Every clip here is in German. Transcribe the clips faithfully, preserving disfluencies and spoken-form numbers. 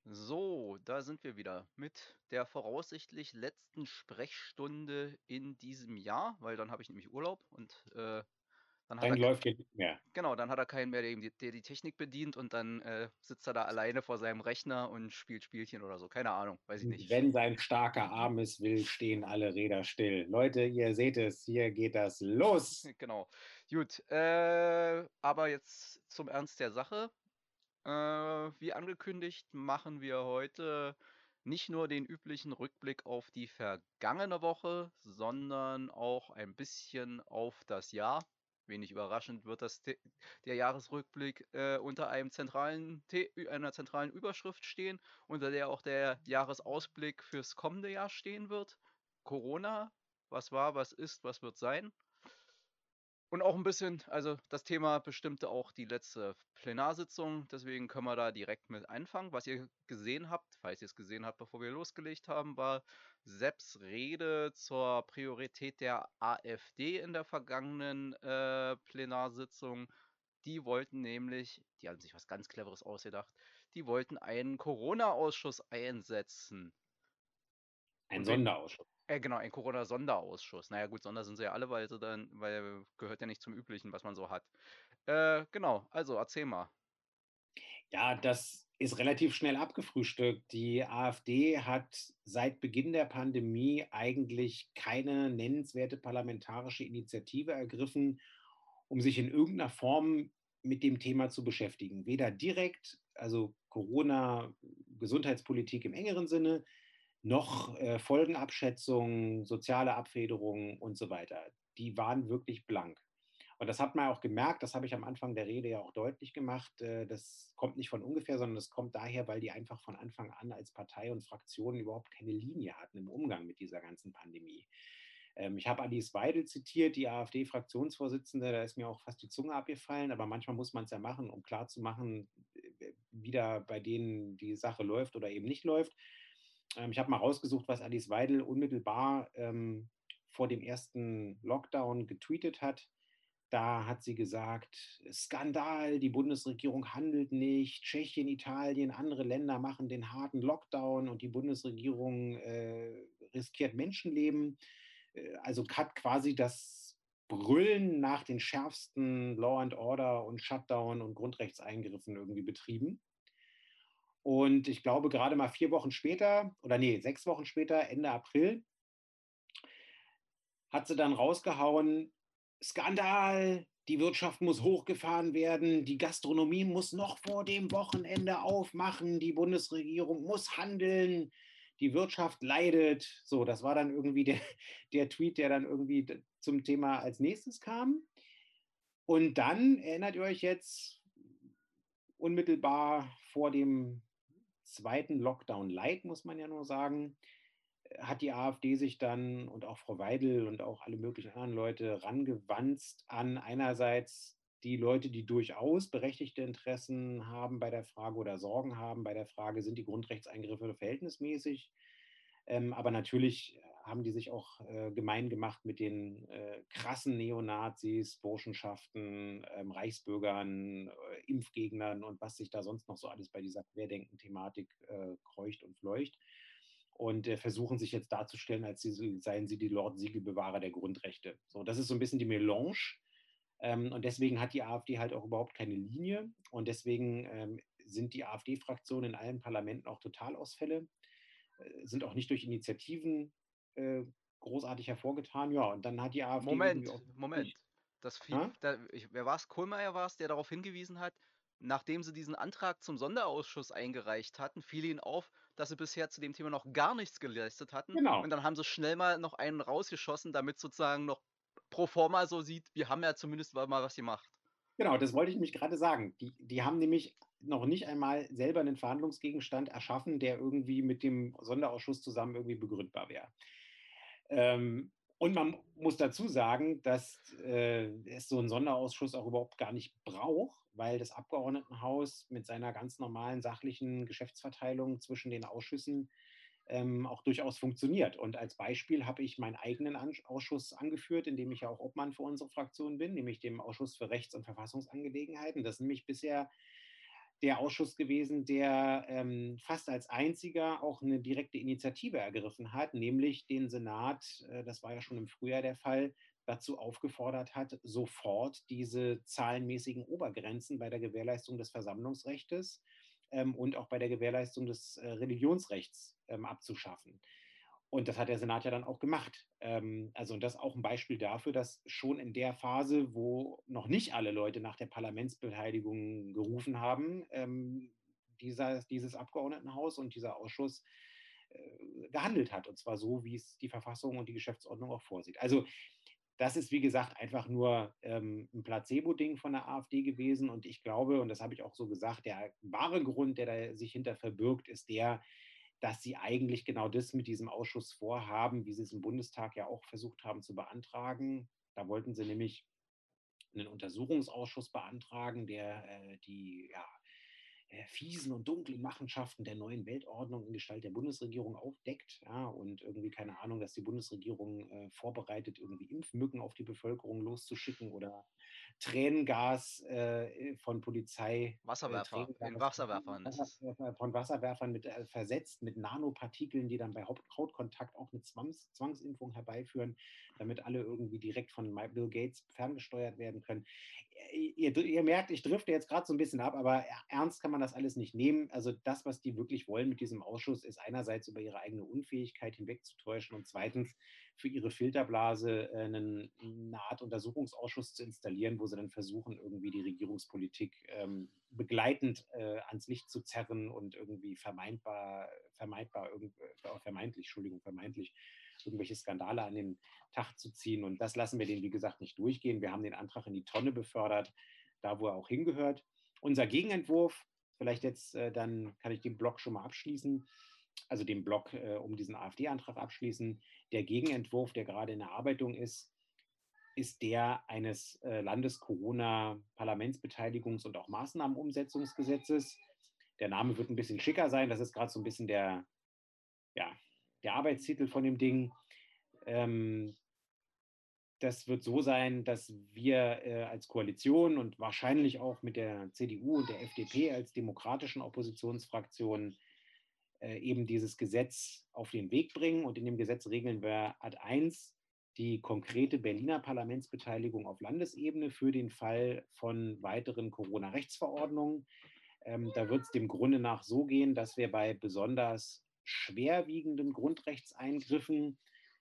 So, da sind wir wieder mit der voraussichtlich letzten Sprechstunde in diesem Jahr, weil dann habe ich nämlich Urlaub und äh, dann hat Dann er, k- läuft jetzt nicht mehr. genau, dann hat er keinen mehr, der ihm die, der die Technik bedient und dann äh, sitzt er da alleine vor seinem Rechner und spielt Spielchen oder so. Keine Ahnung, weiß ich nicht. Wenn sein starker Arm es will, stehen alle Räder still. Leute, ihr seht es, hier geht das los. Genau. Gut, äh, aber jetzt zum Ernst der Sache. Äh, wie angekündigt, machen wir heute nicht nur den üblichen Rückblick auf die vergangene Woche, sondern auch ein bisschen auf das Jahr. Wenig überraschend wird das The der Jahresrückblick äh, unter einem zentralen The einer zentralen Überschrift stehen, unter der auch der Jahresausblick fürs kommende Jahr stehen wird. Corona, was war, was ist, was wird sein? Und auch ein bisschen, also das Thema bestimmte auch die letzte Plenarsitzung, deswegen können wir da direkt mit anfangen. Was ihr gesehen habt, falls ihr es gesehen habt, bevor wir losgelegt haben, war Sepps Rede zur Priorität der AfD in der vergangenen äh, Plenarsitzung. Die wollten nämlich, die haben sich was ganz Cleveres ausgedacht, die wollten einen Corona-Ausschuss einsetzen. Ein Und wen, Sonderausschuss. äh, genau, ein Corona-Sonderausschuss. Naja, gut, Sonder sind sie ja alle, weil sie dann, weil gehört ja nicht zum Üblichen, was man so hat. Äh, genau, also erzähl mal. Ja, das ist relativ schnell abgefrühstückt. Die AfD hat seit Beginn der Pandemie eigentlich keine nennenswerte parlamentarische Initiative ergriffen, um sich in irgendeiner Form mit dem Thema zu beschäftigen. Weder direkt, also Corona, Gesundheitspolitik im engeren Sinne, noch äh, Folgenabschätzung, soziale Abfederung und so weiter. Die waren wirklich blank. Und das hat man auch gemerkt, das habe ich am Anfang der Rede ja auch deutlich gemacht. äh, Das kommt nicht von ungefähr, sondern das kommt daher, weil die einfach von Anfang an als Partei und Fraktion überhaupt keine Linie hatten im Umgang mit dieser ganzen Pandemie. Ähm, Ich habe Alice Weidel zitiert, die AfD-Fraktionsvorsitzende, da ist mir auch fast die Zunge abgefallen, aber manchmal muss man es ja machen, um klarzumachen, wie da bei denen die Sache läuft oder eben nicht läuft. Ähm, Ich habe mal rausgesucht, was Alice Weidel unmittelbar ähm, vor dem ersten Lockdown getweetet hat. Da hat sie gesagt, Skandal, die Bundesregierung handelt nicht, Tschechien, Italien, andere Länder machen den harten Lockdown und die Bundesregierung äh, riskiert Menschenleben. Äh, also hat quasi das Brüllen nach den schärfsten Law and Order und Shutdown und Grundrechtseingriffen irgendwie betrieben. Und ich glaube, gerade mal vier Wochen später, oder nee, sechs Wochen später, Ende April, hat sie dann rausgehauen, Skandal, die Wirtschaft muss hochgefahren werden, die Gastronomie muss noch vor dem Wochenende aufmachen, die Bundesregierung muss handeln, die Wirtschaft leidet. So, das war dann irgendwie der, der Tweet, der dann irgendwie zum Thema als nächstes kam. Und dann, erinnert ihr euch jetzt, unmittelbar vor dem zweiten Lockdown Light, muss man ja nur sagen, hat die AfD sich dann und auch Frau Weidel und auch alle möglichen anderen Leute rangewanzt an einerseits die Leute, die durchaus berechtigte Interessen haben bei der Frage oder Sorgen haben bei der Frage, sind die Grundrechtseingriffe verhältnismäßig? Ähm, aber natürlich haben die sich auch äh, gemein gemacht mit den äh, krassen Neonazis, Burschenschaften, ähm, Reichsbürgern, äh, Impfgegnern und was sich da sonst noch so alles bei dieser Querdenken-Thematik äh, kreucht und fleucht. Und äh, versuchen sich jetzt darzustellen, als sie, seien sie die Lord-Siegelbewahrer der Grundrechte. So, das ist so ein bisschen die Melange. Ähm, und deswegen hat die AfD halt auch überhaupt keine Linie. Und deswegen ähm, sind die AfD-Fraktionen in allen Parlamenten auch Totalausfälle, äh, sind auch nicht durch Initiativen äh, großartig hervorgetan. Ja, und dann hat die AfD irgendwie Moment, auch Moment. nicht. Das fiel, Ha? da, ich, wer war es? Kohlmeier war es, der darauf hingewiesen hat, nachdem sie diesen Antrag zum Sonderausschuss eingereicht hatten, fiel ihnen auf, dass sie bisher zu dem Thema noch gar nichts geleistet hatten. Und Genau. dann haben sie schnell mal noch einen rausgeschossen, damit sozusagen noch pro forma so sieht, wir haben ja zumindest mal was gemacht. Genau, das wollte ich mich gerade sagen. Die, die haben nämlich noch nicht einmal selber einen Verhandlungsgegenstand erschaffen, der irgendwie mit dem Sonderausschuss zusammen irgendwie begründbar wäre. Ähm, und man muss dazu sagen, dass äh, es so einen Sonderausschuss auch überhaupt gar nicht braucht, weil das Abgeordnetenhaus mit seiner ganz normalen sachlichen Geschäftsverteilung zwischen den Ausschüssen ähm, auch durchaus funktioniert. Und als Beispiel habe ich meinen eigenen An Ausschuss angeführt, in dem ich ja auch Obmann für unsere Fraktion bin, nämlich dem Ausschuss für Rechts- und Verfassungsangelegenheiten. Das ist nämlich bisher der Ausschuss gewesen, der ähm, fast als einziger auch eine direkte Initiative ergriffen hat, nämlich den Senat, äh, das war ja schon im Frühjahr der Fall, dazu aufgefordert hat, sofort diese zahlenmäßigen Obergrenzen bei der Gewährleistung des Versammlungsrechts ähm, und auch bei der Gewährleistung des äh, Religionsrechts ähm, abzuschaffen. Und das hat der Senat ja dann auch gemacht. Ähm, also und das ist auch ein Beispiel dafür, dass schon in der Phase, wo noch nicht alle Leute nach der Parlamentsbeteiligung gerufen haben, ähm, dieser, dieses Abgeordnetenhaus und dieser Ausschuss äh, gehandelt hat. Und zwar so, wie es die Verfassung und die Geschäftsordnung auch vorsieht. Also das ist, wie gesagt, einfach nur ähm, ein Placebo-Ding von der AfD gewesen. Und ich glaube, und das habe ich auch so gesagt, der wahre Grund, der da sich hinter verbirgt, ist der, dass sie eigentlich genau das mit diesem Ausschuss vorhaben, wie sie es im Bundestag ja auch versucht haben zu beantragen. Da wollten sie nämlich einen Untersuchungsausschuss beantragen, der äh, die ja, äh, fiesen und dunklen Machenschaften der neuen Weltordnung in Gestalt der Bundesregierung aufdeckt. Ja, und irgendwie, keine Ahnung, dass die Bundesregierung äh, vorbereitet, irgendwie Impfmücken auf die Bevölkerung loszuschicken oder Tränengas äh, von Polizei, äh, Wasserwerfer. In Tränengas Wasserwerfern ist Wasser, es. äh, von Wasserwerfern mit, äh, versetzt mit Nanopartikeln, die dann bei Haut Hautkontakt auch eine Zwangs Zwangsimpfung herbeiführen, damit alle irgendwie direkt von Bill Gates ferngesteuert werden können. Ihr, ihr merkt, ich drifte jetzt gerade so ein bisschen ab, aber ernst kann man das alles nicht nehmen. Also das, was die wirklich wollen mit diesem Ausschuss, ist einerseits über ihre eigene Unfähigkeit hinwegzutäuschen und zweitens für ihre Filterblase äh, einen, eine Art Untersuchungsausschuss zu installieren, wo sie dann versuchen, irgendwie die Regierungspolitik ähm, begleitend äh, ans Licht zu zerren und irgendwie vermeintbar, vermeintbar, äh, vermeintlich, Entschuldigung, vermeintlich irgendwelche Skandale an den Tag zu ziehen. Und das lassen wir den, wie gesagt, nicht durchgehen. Wir haben den Antrag in die Tonne befördert, da wo er auch hingehört. Unser Gegenentwurf, vielleicht jetzt, äh, dann kann ich den Block schon mal abschließen, also den Block äh, um diesen AfD-Antrag abschließen. Der Gegenentwurf, der gerade in Erarbeitung ist, ist der eines äh, Landes-Corona-Parlamentsbeteiligungs- und auch Maßnahmenumsetzungsgesetzes. Der Name wird ein bisschen schicker sein. Das ist gerade so ein bisschen der, ja, der Arbeitstitel von dem Ding. Ähm, das wird so sein, dass wir äh, als Koalition und wahrscheinlich auch mit der C D U und der F D P als demokratischen Oppositionsfraktion äh, eben dieses Gesetz auf den Weg bringen. Und in dem Gesetz regeln wir Ad eins die konkrete Berliner Parlamentsbeteiligung auf Landesebene für den Fall von weiteren Corona-Rechtsverordnungen. Ähm, da wird es dem Grunde nach so gehen, dass wir bei besonders schwerwiegenden Grundrechtseingriffen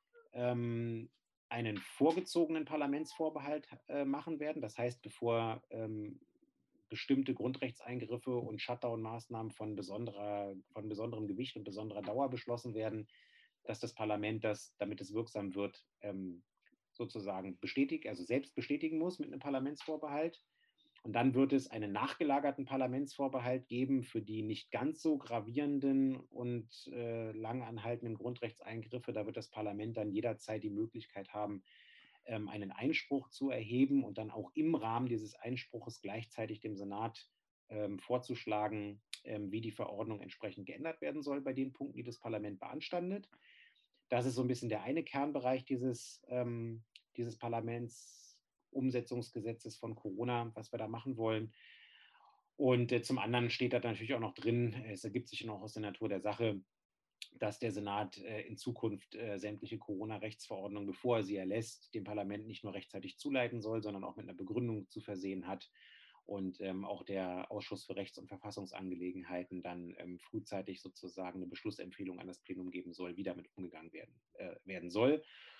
ähm, einen vorgezogenen Parlamentsvorbehalt äh, machen werden. Das heißt, bevor ähm, bestimmte Grundrechtseingriffe und Shutdown-Maßnahmen von, besonderer, von besonderem Gewicht und besonderer Dauer beschlossen werden, dass das Parlament das, damit es wirksam wird, ähm, sozusagen bestätigt, also selbst bestätigen muss mit einem Parlamentsvorbehalt. Und dann wird es einen nachgelagerten Parlamentsvorbehalt geben für die nicht ganz so gravierenden und äh, lang anhaltenden Grundrechtseingriffe. Da wird das Parlament dann jederzeit die Möglichkeit haben, ähm, einen Einspruch zu erheben und dann auch im Rahmen dieses Einspruches gleichzeitig dem Senat ähm, vorzuschlagen, ähm, wie die Verordnung entsprechend geändert werden soll bei den Punkten, die das Parlament beanstandet. Das ist so ein bisschen der eine Kernbereich dieses, ähm, dieses Parlamentsumsetzungsgesetzes von Corona, was wir da machen wollen. Und äh, zum anderen steht da natürlich auch noch drin, es ergibt sich noch aus der Natur der Sache, dass der Senat äh, in Zukunft äh, sämtliche Corona-Rechtsverordnungen, bevor er sie erlässt, dem Parlament nicht nur rechtzeitig zuleiten soll, sondern auch mit einer Begründung zu versehen hat. Und ähm, auch der Ausschuss für Rechts- und Verfassungsangelegenheiten dann ähm, frühzeitig sozusagen eine Beschlussempfehlung an das Plenum geben soll, wie damit umgegangen werden, äh, werden soll.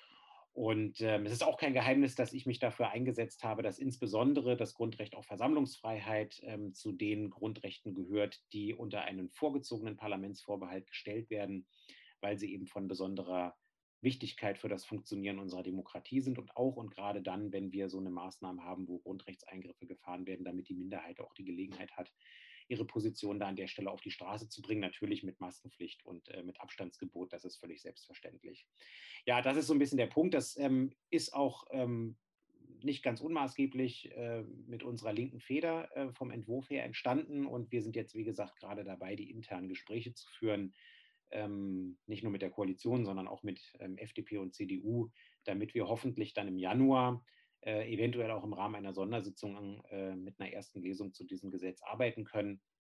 Und ähm, es ist auch kein Geheimnis, dass ich mich dafür eingesetzt habe, dass insbesondere das Grundrecht auf Versammlungsfreiheit ähm, zu den Grundrechten gehört, die unter einen vorgezogenen Parlamentsvorbehalt gestellt werden, weil sie eben von besonderer Wichtigkeit für das Funktionieren unserer Demokratie sind und auch und gerade dann, wenn wir so eine Maßnahme haben, wo Grundrechtseingriffe gefahren werden, damit die Minderheit auch die Gelegenheit hat, ihre Position da an der Stelle auf die Straße zu bringen, natürlich mit Maskenpflicht und äh, mit Abstandsgebot, das ist völlig selbstverständlich. Ja, das ist so ein bisschen der Punkt. Das ähm, ist auch ähm, nicht ganz unmaßgeblich äh, mit unserer linken Feder äh, vom Entwurf her entstanden. Und wir sind jetzt, wie gesagt, gerade dabei, die internen Gespräche zu führen, ähm, nicht nur mit der Koalition, sondern auch mit ähm, F D P und C D U, damit wir hoffentlich dann im Januar, äh, eventuell auch im Rahmen einer Sondersitzung äh, mit einer ersten Lesung zu diesem Gesetz arbeiten können.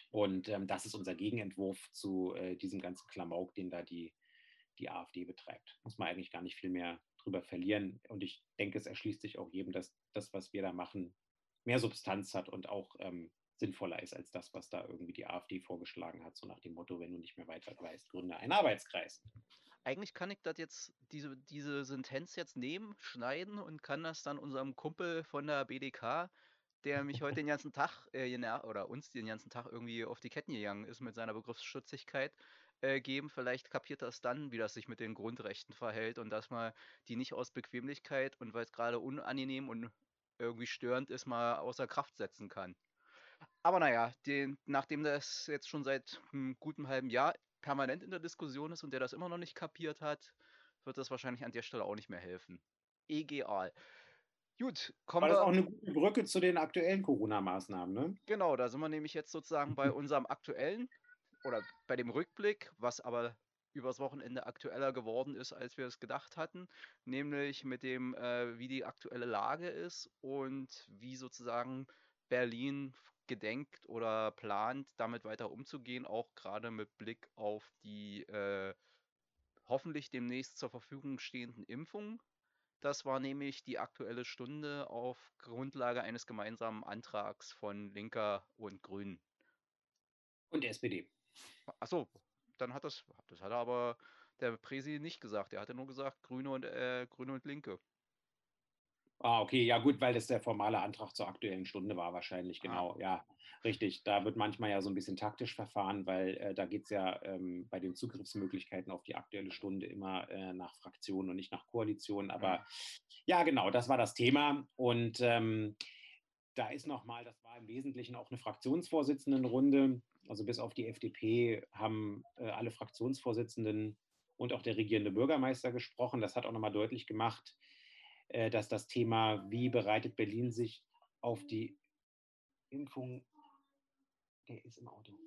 Und ähm, das ist unser Gegenentwurf zu äh, diesem ganzen Klamauk, den da die, die AfD betreibt. Muss man eigentlich gar nicht viel mehr drüber verlieren. Und ich denke, es erschließt sich auch jedem, dass das, was wir da machen, mehr Substanz hat und auch ähm, sinnvoller ist als das, was da irgendwie die AfD vorgeschlagen hat, so nach dem Motto, wenn du nicht mehr weiter weißt, gründe einen Arbeitskreis. Eigentlich kann ich das jetzt, diese, diese Sentenz jetzt nehmen, schneiden und kann das dann unserem Kumpel von der B D K, der mich heute den ganzen Tag äh, gener- oder uns den ganzen Tag irgendwie auf die Ketten gegangen ist mit seiner Begriffsstutzigkeit, äh, geben. Vielleicht kapiert er es dann, wie das sich mit den Grundrechten verhält und dass man die nicht aus Bequemlichkeit und weil es gerade unangenehm und irgendwie störend ist, mal außer Kraft setzen kann. Aber naja, den, nachdem das jetzt schon seit einem guten halben Jahr permanent in der Diskussion ist und der das immer noch nicht kapiert hat, wird das wahrscheinlich an der Stelle auch nicht mehr helfen. Egal. Gut, War kommen das auch wir. eine gute Brücke zu den aktuellen Corona-Maßnahmen, ne? Genau, da sind wir nämlich jetzt sozusagen bei unserem aktuellen oder bei dem Rückblick, was aber übers Wochenende aktueller geworden ist, als wir es gedacht hatten, nämlich mit dem, äh, wie die aktuelle Lage ist und wie sozusagen Berlin gedenkt oder plant, damit weiter umzugehen, auch gerade mit Blick auf die äh, hoffentlich demnächst zur Verfügung stehenden Impfungen. Das war nämlich die Aktuelle Stunde auf Grundlage eines gemeinsamen Antrags von Linker und Grünen. Und S P D. Achso, dann hat das, das hat er aber der Presi nicht gesagt. Er hatte nur gesagt Grüne und äh, Grüne und Linke. Ah, okay, ja gut, weil das der formale Antrag zur Aktuellen Stunde war wahrscheinlich, Ah, genau. Ja, richtig. Da wird manchmal ja so ein bisschen taktisch verfahren, weil äh, da geht es ja ähm, bei den Zugriffsmöglichkeiten auf die Aktuelle Stunde immer äh, nach Fraktionen und nicht nach Koalitionen. hm. Aber ja, genau, das war das Thema. Und ähm, da ist nochmal, das war im Wesentlichen auch eine Fraktionsvorsitzendenrunde. Also bis auf die F D P haben äh, alle Fraktionsvorsitzenden und auch der regierende Bürgermeister gesprochen. Das hat auch nochmal deutlich gemacht, äh, dass das Thema, wie bereitet Berlin sich auf die Impfung, der ist im Auto.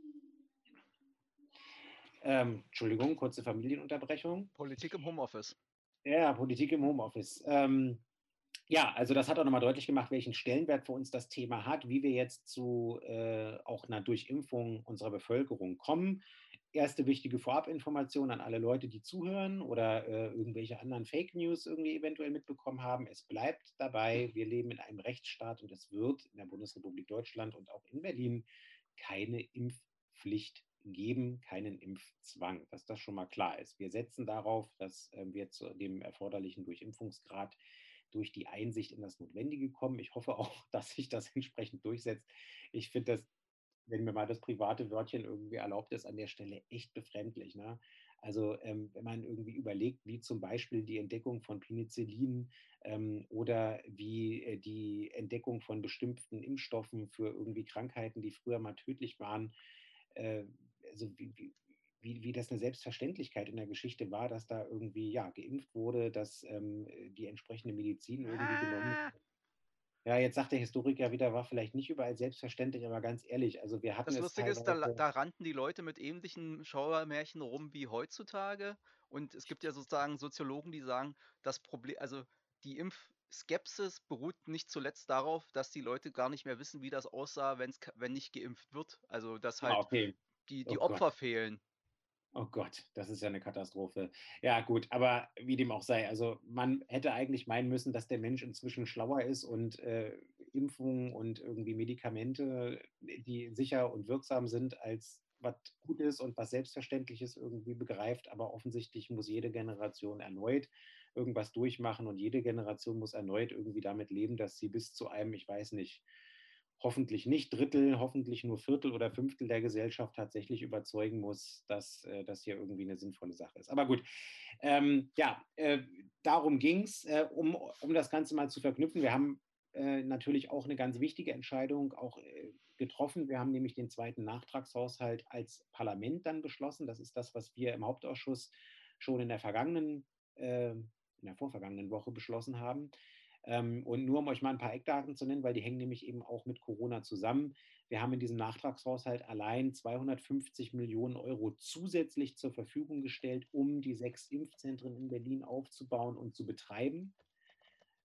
Ähm, Entschuldigung, kurze Familienunterbrechung. Politik im Homeoffice. Ja, Politik im Homeoffice. Ähm, ja, also das hat auch nochmal deutlich gemacht, welchen Stellenwert für uns das Thema hat, wie wir jetzt zu äh, auch einer Durchimpfung unserer Bevölkerung kommen. Erste wichtige Vorabinformation an alle Leute, die zuhören oder äh, irgendwelche anderen Fake News irgendwie eventuell mitbekommen haben. Es bleibt dabei, wir leben in einem Rechtsstaat und es wird in der Bundesrepublik Deutschland und auch in Berlin keine Impfpflicht geben, keinen Impfzwang, dass das schon mal klar ist. Wir setzen darauf, dass äh, wir zu dem erforderlichen Durchimpfungsgrad durch die Einsicht in das Notwendige kommen. Ich hoffe auch, dass sich das entsprechend durchsetzt. Ich finde das, wenn mir mal das private Wörtchen irgendwie erlaubt ist, an der Stelle echt befremdlich. Ne? Also ähm, wenn man irgendwie überlegt, wie zum Beispiel die Entdeckung von Penicillin ähm, oder wie äh, die Entdeckung von bestimmten Impfstoffen für irgendwie Krankheiten, die früher mal tödlich waren, äh, also wie, wie, wie, wie das eine Selbstverständlichkeit in der Geschichte war, dass da irgendwie ja geimpft wurde, dass ähm, die entsprechende Medizin irgendwie genommen. Ah, Ja, jetzt sagt der Historiker wieder, war vielleicht nicht überall selbstverständlich, aber ganz ehrlich, also wir hatten das es Lustige ist, da, teilweise. da rannten die Leute mit ähnlichen Schauermärchen rum wie heutzutage. Und es gibt ja sozusagen Soziologen, die sagen, das Problem, also die Impfskepsis beruht nicht zuletzt darauf, dass die Leute gar nicht mehr wissen, wie das aussah, wenn's, wenn nicht geimpft wird. Also dass Ah, halt okay. die, Oh die Gott. Opfer fehlen. Oh Gott, das ist ja eine Katastrophe. Ja, gut, aber wie dem auch sei, also man hätte eigentlich meinen müssen, dass der Mensch inzwischen schlauer ist und äh, Impfungen und irgendwie Medikamente, die sicher und wirksam sind, als was gut ist und was selbstverständlich ist, irgendwie begreift. Aber offensichtlich muss jede Generation erneut irgendwas durchmachen und jede Generation muss erneut irgendwie damit leben, dass sie bis zu einem, ich weiß nicht, hoffentlich nicht Drittel, hoffentlich nur Viertel oder Fünftel der Gesellschaft tatsächlich überzeugen muss, dass äh, das hier irgendwie eine sinnvolle Sache ist. Aber gut, ähm, ja, äh, darum ging es, äh, um, um das Ganze mal zu verknüpfen. Wir haben äh, natürlich auch eine ganz wichtige Entscheidung auch äh, getroffen. Wir haben nämlich den zweiten Nachtragshaushalt als Parlament dann beschlossen. Das ist das, was wir im Hauptausschuss schon in der vergangenen, äh, in der vorvergangenen Woche beschlossen haben. Ähm, und nur um euch mal ein paar Eckdaten zu nennen, weil die hängen nämlich eben auch mit Corona zusammen. Wir haben in diesem Nachtragshaushalt allein zweihundertfünfzig Millionen Euro zusätzlich zur Verfügung gestellt, um die sechs Impfzentren in Berlin aufzubauen und zu betreiben.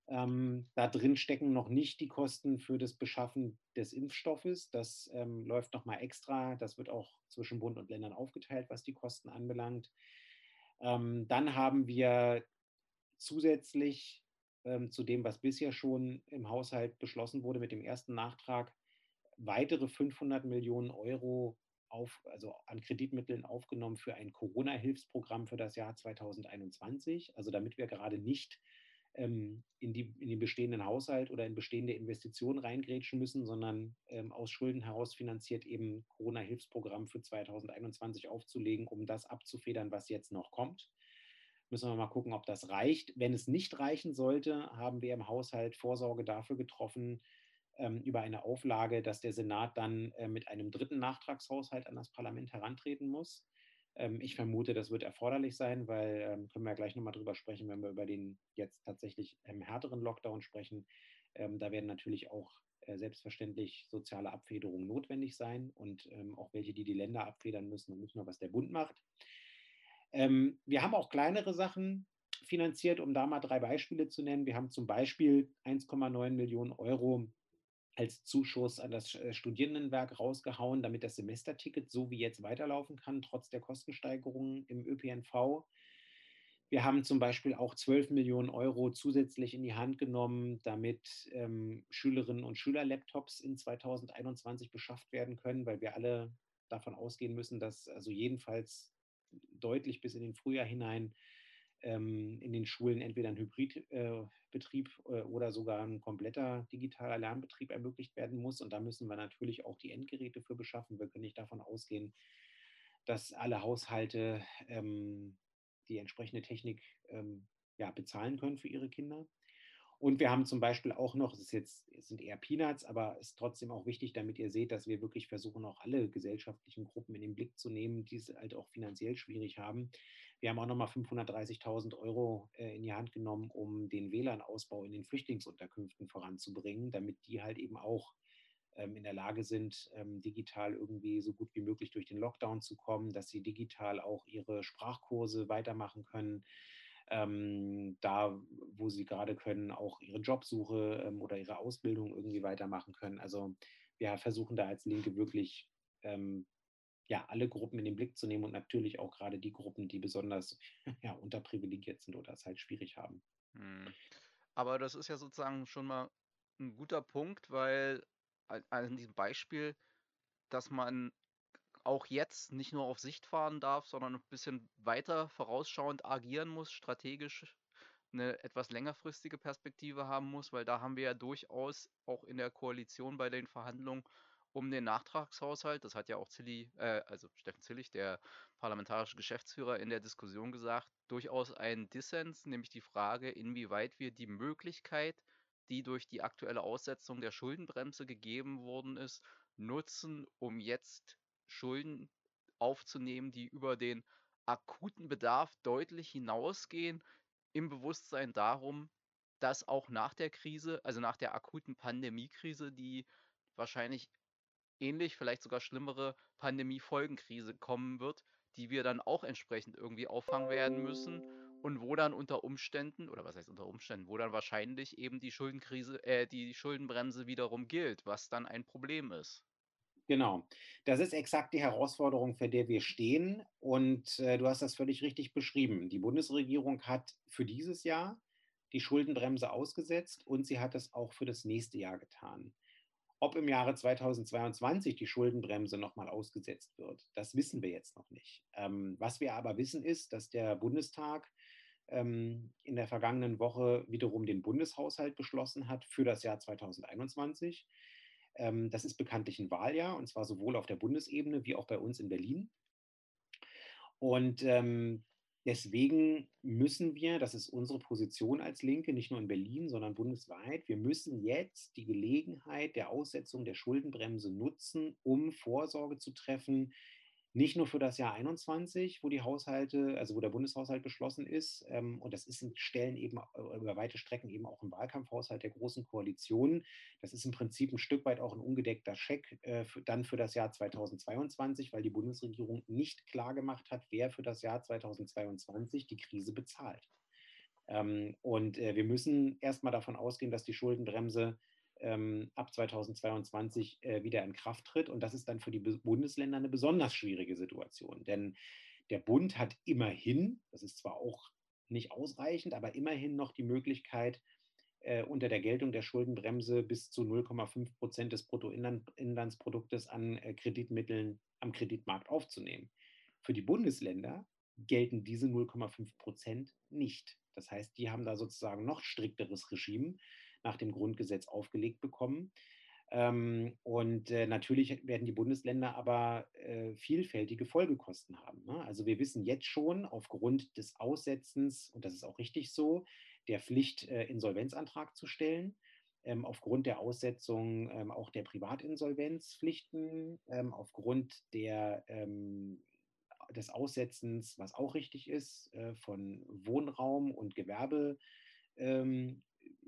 Ähm, da drin stecken noch nicht die Kosten für das Beschaffen des Impfstoffes. Das ähm, läuft nochmal extra. Das wird auch zwischen Bund und Ländern aufgeteilt, was die Kosten anbelangt. Ähm, dann haben wir zusätzlich ähm, zu dem, was bisher schon im Haushalt beschlossen wurde mit dem ersten Nachtrag, weitere fünfhundert Millionen Euro auf, also an Kreditmitteln aufgenommen für ein Corona-Hilfsprogramm für das Jahr zweitausendeinundzwanzig. Also damit wir gerade nicht ähm, in, die, in den bestehenden Haushalt oder in bestehende Investitionen reingrätschen müssen, sondern ähm, aus Schulden heraus finanziert eben Corona-Hilfsprogramm für zweitausendeinundzwanzig aufzulegen, um das abzufedern, was jetzt noch kommt. Müssen wir mal gucken, ob das reicht. Wenn es nicht reichen sollte, haben wir im Haushalt Vorsorge dafür getroffen, ähm, über eine Auflage, dass der Senat dann äh, mit einem dritten Nachtragshaushalt an das Parlament herantreten muss. Ähm, ich vermute, das wird erforderlich sein, weil, ähm, können wir ja gleich nochmal drüber sprechen, wenn wir über den jetzt tatsächlich ähm, härteren Lockdown sprechen. Ähm, da werden natürlich auch äh, selbstverständlich soziale Abfederungen notwendig sein und ähm, auch welche, die die Länder abfedern müssen und nicht nur, was der Bund macht. Ähm, wir haben auch kleinere Sachen finanziert, um da mal drei Beispiele zu nennen. Wir haben zum Beispiel eins Komma neun Millionen Euro als Zuschuss an das äh, Studierendenwerk rausgehauen, damit das Semesterticket so wie jetzt weiterlaufen kann, trotz der Kostensteigerungen im Ö P N V. Wir haben zum Beispiel auch zwölf Millionen Euro zusätzlich in die Hand genommen, damit ähm, Schülerinnen und Schüler-Laptops in zweitausendeinundzwanzig beschafft werden können, weil wir alle davon ausgehen müssen, dass also jedenfalls deutlich bis in den Frühjahr hinein ähm, in den Schulen entweder ein Hybridbetrieb äh, äh, oder sogar ein kompletter digitaler Lernbetrieb ermöglicht werden muss. Und da müssen wir natürlich auch die Endgeräte für beschaffen. Wir können nicht davon ausgehen, dass alle Haushalte ähm, die entsprechende Technik ähm, ja, bezahlen können für ihre Kinder. Und wir haben zum Beispiel auch noch, es ist jetzt, es sind eher Peanuts, aber es ist trotzdem auch wichtig, damit ihr seht, dass wir wirklich versuchen, auch alle gesellschaftlichen Gruppen in den Blick zu nehmen, die es halt auch finanziell schwierig haben. Wir haben auch nochmal fünfhundertdreißigtausend Euro äh, in die Hand genommen, um den W L A N-Ausbau in den Flüchtlingsunterkünften voranzubringen, damit die halt eben auch ähm, in der Lage sind, ähm, digital irgendwie so gut wie möglich durch den Lockdown zu kommen, dass sie digital auch ihre Sprachkurse weitermachen können, ähm, da, wo sie gerade können, auch ihre Jobsuche ähm, oder ihre Ausbildung irgendwie weitermachen können. Also wir versuchen da als Linke wirklich ähm, ja, alle Gruppen in den Blick zu nehmen und natürlich auch gerade die Gruppen, die besonders ja, unterprivilegiert sind oder es halt schwierig haben. Hm. Aber das ist ja sozusagen schon mal ein guter Punkt, weil an an diesem Beispiel, dass man auch jetzt nicht nur auf Sicht fahren darf, sondern ein bisschen weiter vorausschauend agieren muss, strategisch eine etwas längerfristige Perspektive haben muss, weil da haben wir ja durchaus auch in der Koalition bei den Verhandlungen um den Nachtragshaushalt, das hat ja auch Zilli, äh, also Steffen Zillig, der parlamentarische Geschäftsführer, in der Diskussion gesagt, durchaus einen Dissens, nämlich die Frage, inwieweit wir die Möglichkeit, die durch die aktuelle Aussetzung der Schuldenbremse gegeben worden ist, nutzen, um jetzt Schulden aufzunehmen, die über den akuten Bedarf deutlich hinausgehen, im Bewusstsein darum, dass auch nach der Krise, also nach der akuten Pandemiekrise, die wahrscheinlich ähnlich, vielleicht sogar schlimmere Pandemie-Folgenkrise kommen wird, die wir dann auch entsprechend irgendwie auffangen werden müssen und wo dann unter Umständen, oder was heißt unter Umständen, wo dann wahrscheinlich eben die Schuldenkrise, äh, die Schuldenbremse wiederum gilt, was dann ein Problem ist. Genau. Das ist exakt die Herausforderung, vor der wir stehen. Und äh, du hast das völlig richtig beschrieben. Die Bundesregierung hat für dieses Jahr die Schuldenbremse ausgesetzt und sie hat es auch für das nächste Jahr getan. Ob im Jahre zweitausendzweiundzwanzig die Schuldenbremse nochmal ausgesetzt wird, das wissen wir jetzt noch nicht. Ähm, was wir aber wissen ist, dass der Bundestag ähm, in der vergangenen Woche wiederum den Bundeshaushalt beschlossen hat für das Jahr zweitausendeinundzwanzig. Ähm, das ist bekanntlich ein Wahljahr, und zwar sowohl auf der Bundesebene wie auch bei uns in Berlin. Und ähm, deswegen müssen wir, das ist unsere Position als Linke, nicht nur in Berlin, sondern bundesweit, wir müssen jetzt die Gelegenheit der Aussetzung der Schuldenbremse nutzen, um Vorsorge zu treffen, nicht nur für das Jahr einundzwanzig, wo die Haushalte, also wo der Bundeshaushalt beschlossen ist, ähm, und das ist in Stellen eben äh, über weite Strecken eben auch ein Wahlkampfhaushalt der Großen Koalition. Das ist im Prinzip ein Stück weit auch ein ungedeckter Scheck äh, für, dann für das Jahr zweitausendzweiundzwanzig, weil die Bundesregierung nicht klargemacht hat, wer für das Jahr zweitausendzweiundzwanzig die Krise bezahlt. Ähm, und äh, wir müssen erstmal davon ausgehen, dass die Schuldenbremse ähm, ab zweitausendzweiundzwanzig äh, wieder in Kraft tritt. Und das ist dann für die Be- Bundesländer eine besonders schwierige Situation. Denn der Bund hat immerhin, das ist zwar auch nicht ausreichend, aber immerhin noch die Möglichkeit, äh, unter der Geltung der Schuldenbremse bis zu null Komma fünf Prozent des Bruttoinlandsproduktes an äh, Kreditmitteln am Kreditmarkt aufzunehmen. Für die Bundesländer gelten diese null Komma fünf Prozent nicht. Das heißt, die haben da sozusagen noch strikteres Regime nach dem Grundgesetz aufgelegt bekommen. Ähm, und äh, natürlich werden die Bundesländer aber äh, vielfältige Folgekosten haben. Ne? Also wir wissen jetzt schon aufgrund des Aussetzens, und das ist auch richtig so, der Pflicht, äh, Insolvenzantrag zu stellen, ähm, aufgrund der Aussetzung ähm, auch der Privatinsolvenzpflichten, ähm, aufgrund der, ähm, des Aussetzens, was auch richtig ist, äh, von Wohnraum und Gewerbe. Ähm,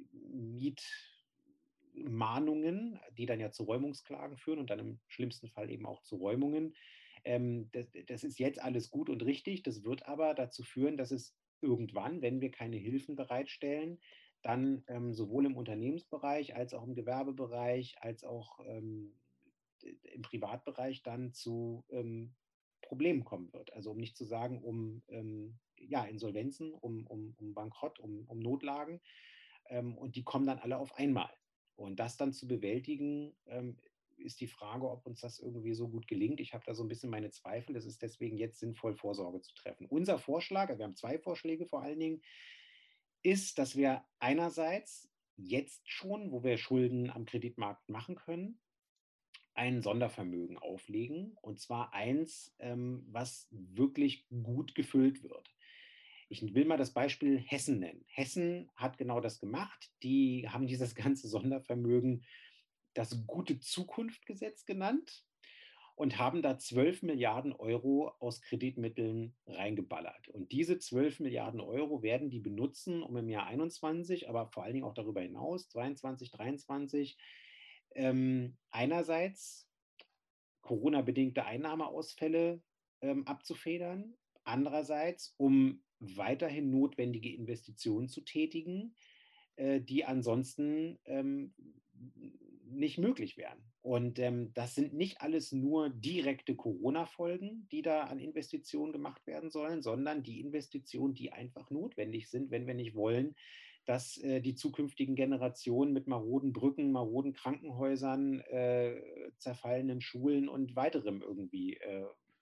Mietmahnungen, die dann ja zu Räumungsklagen führen und dann im schlimmsten Fall eben auch zu Räumungen. Ähm, das, das ist jetzt alles gut und richtig. Das wird aber dazu führen, dass es irgendwann, wenn wir keine Hilfen bereitstellen, dann ähm, sowohl im Unternehmensbereich als auch im Gewerbebereich als auch ähm, im Privatbereich dann zu ähm, Problemen kommen wird. Also um nicht zu sagen, um ähm, ja, Insolvenzen, um, um, um Bankrott, um, um Notlagen. Ähm, und die kommen dann alle auf einmal. Und das dann zu bewältigen, ähm, ist die Frage, ob uns das irgendwie so gut gelingt. Ich habe da so ein bisschen meine Zweifel. Es ist deswegen jetzt sinnvoll, Vorsorge zu treffen. Unser Vorschlag, wir haben zwei Vorschläge vor allen Dingen, ist, dass wir einerseits jetzt schon, wo wir Schulden am Kreditmarkt machen können, ein Sondervermögen auflegen. Und zwar eins, ähm, was wirklich gut gefüllt wird. Ich will mal das Beispiel Hessen nennen. Hessen hat genau das gemacht. Die haben dieses ganze Sondervermögen das Gute-Zukunft-Gesetz genannt und haben da zwölf Milliarden Euro aus Kreditmitteln reingeballert. Und diese zwölf Milliarden Euro werden die benutzen, um im Jahr einundzwanzig, aber vor allen Dingen auch darüber hinaus, zweiundzwanzig, dreiundzwanzig, ähm, einerseits Corona-bedingte Einnahmeausfälle ähm, abzufedern, andererseits, um weiterhin notwendige Investitionen zu tätigen, äh, die ansonsten ähm, nicht möglich wären. Und ähm, das sind nicht alles nur direkte Corona-Folgen, die da an Investitionen gemacht werden sollen, sondern die Investitionen, die einfach notwendig sind, wenn wir nicht wollen, dass äh, die zukünftigen Generationen mit maroden Brücken, maroden Krankenhäusern, äh, zerfallenen Schulen und weiterem irgendwie äh,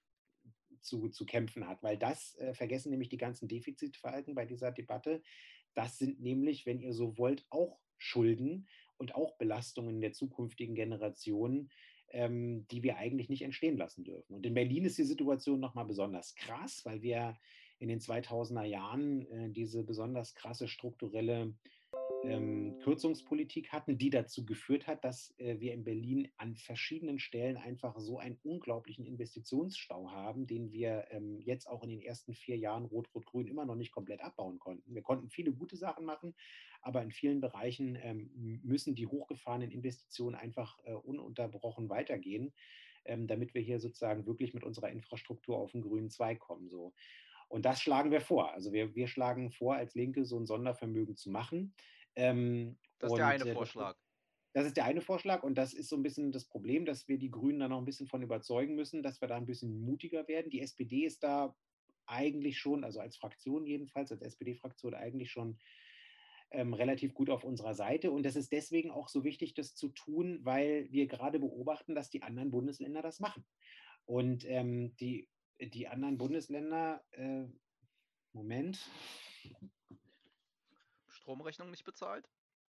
zu, zu kämpfen hat. Weil das äh, vergessen nämlich die ganzen Defizitverhalten bei dieser Debatte. Das sind nämlich, wenn ihr so wollt, auch Schulden und auch Belastungen der zukünftigen Generationen, ähm, die wir eigentlich nicht entstehen lassen dürfen. Und in Berlin ist die Situation nochmal besonders krass, weil wir in den zweitausender Jahren äh, diese besonders krasse strukturelle ähm, Kürzungspolitik hatten, die dazu geführt hat, dass äh, wir in Berlin an verschiedenen Stellen einfach so einen unglaublichen Investitionsstau haben, den wir ähm, jetzt auch in den ersten vier Jahren Rot-Rot-Grün immer noch nicht komplett abbauen konnten. Wir konnten viele gute Sachen machen, aber in vielen Bereichen ähm, müssen die hochgefahrenen Investitionen einfach äh, ununterbrochen weitergehen, ähm, damit wir hier sozusagen wirklich mit unserer Infrastruktur auf den grünen Zweig kommen. So. Und das schlagen wir vor. Also wir, wir schlagen vor, als Linke so ein Sondervermögen zu machen. Ähm, Das ist der und eine äh, das, Vorschlag. das ist der eine Vorschlag und das ist so ein bisschen das Problem, dass wir die Grünen da noch ein bisschen von überzeugen müssen, dass wir da ein bisschen mutiger werden. Die S P D ist da eigentlich schon, also als Fraktion jedenfalls, als S P D-Fraktion eigentlich schon ähm, relativ gut auf unserer Seite. Und das ist deswegen auch so wichtig, das zu tun, weil wir gerade beobachten, dass die anderen Bundesländer das machen. Und ähm, die, die anderen Bundesländer, äh, Moment, Stromrechnung nicht bezahlt?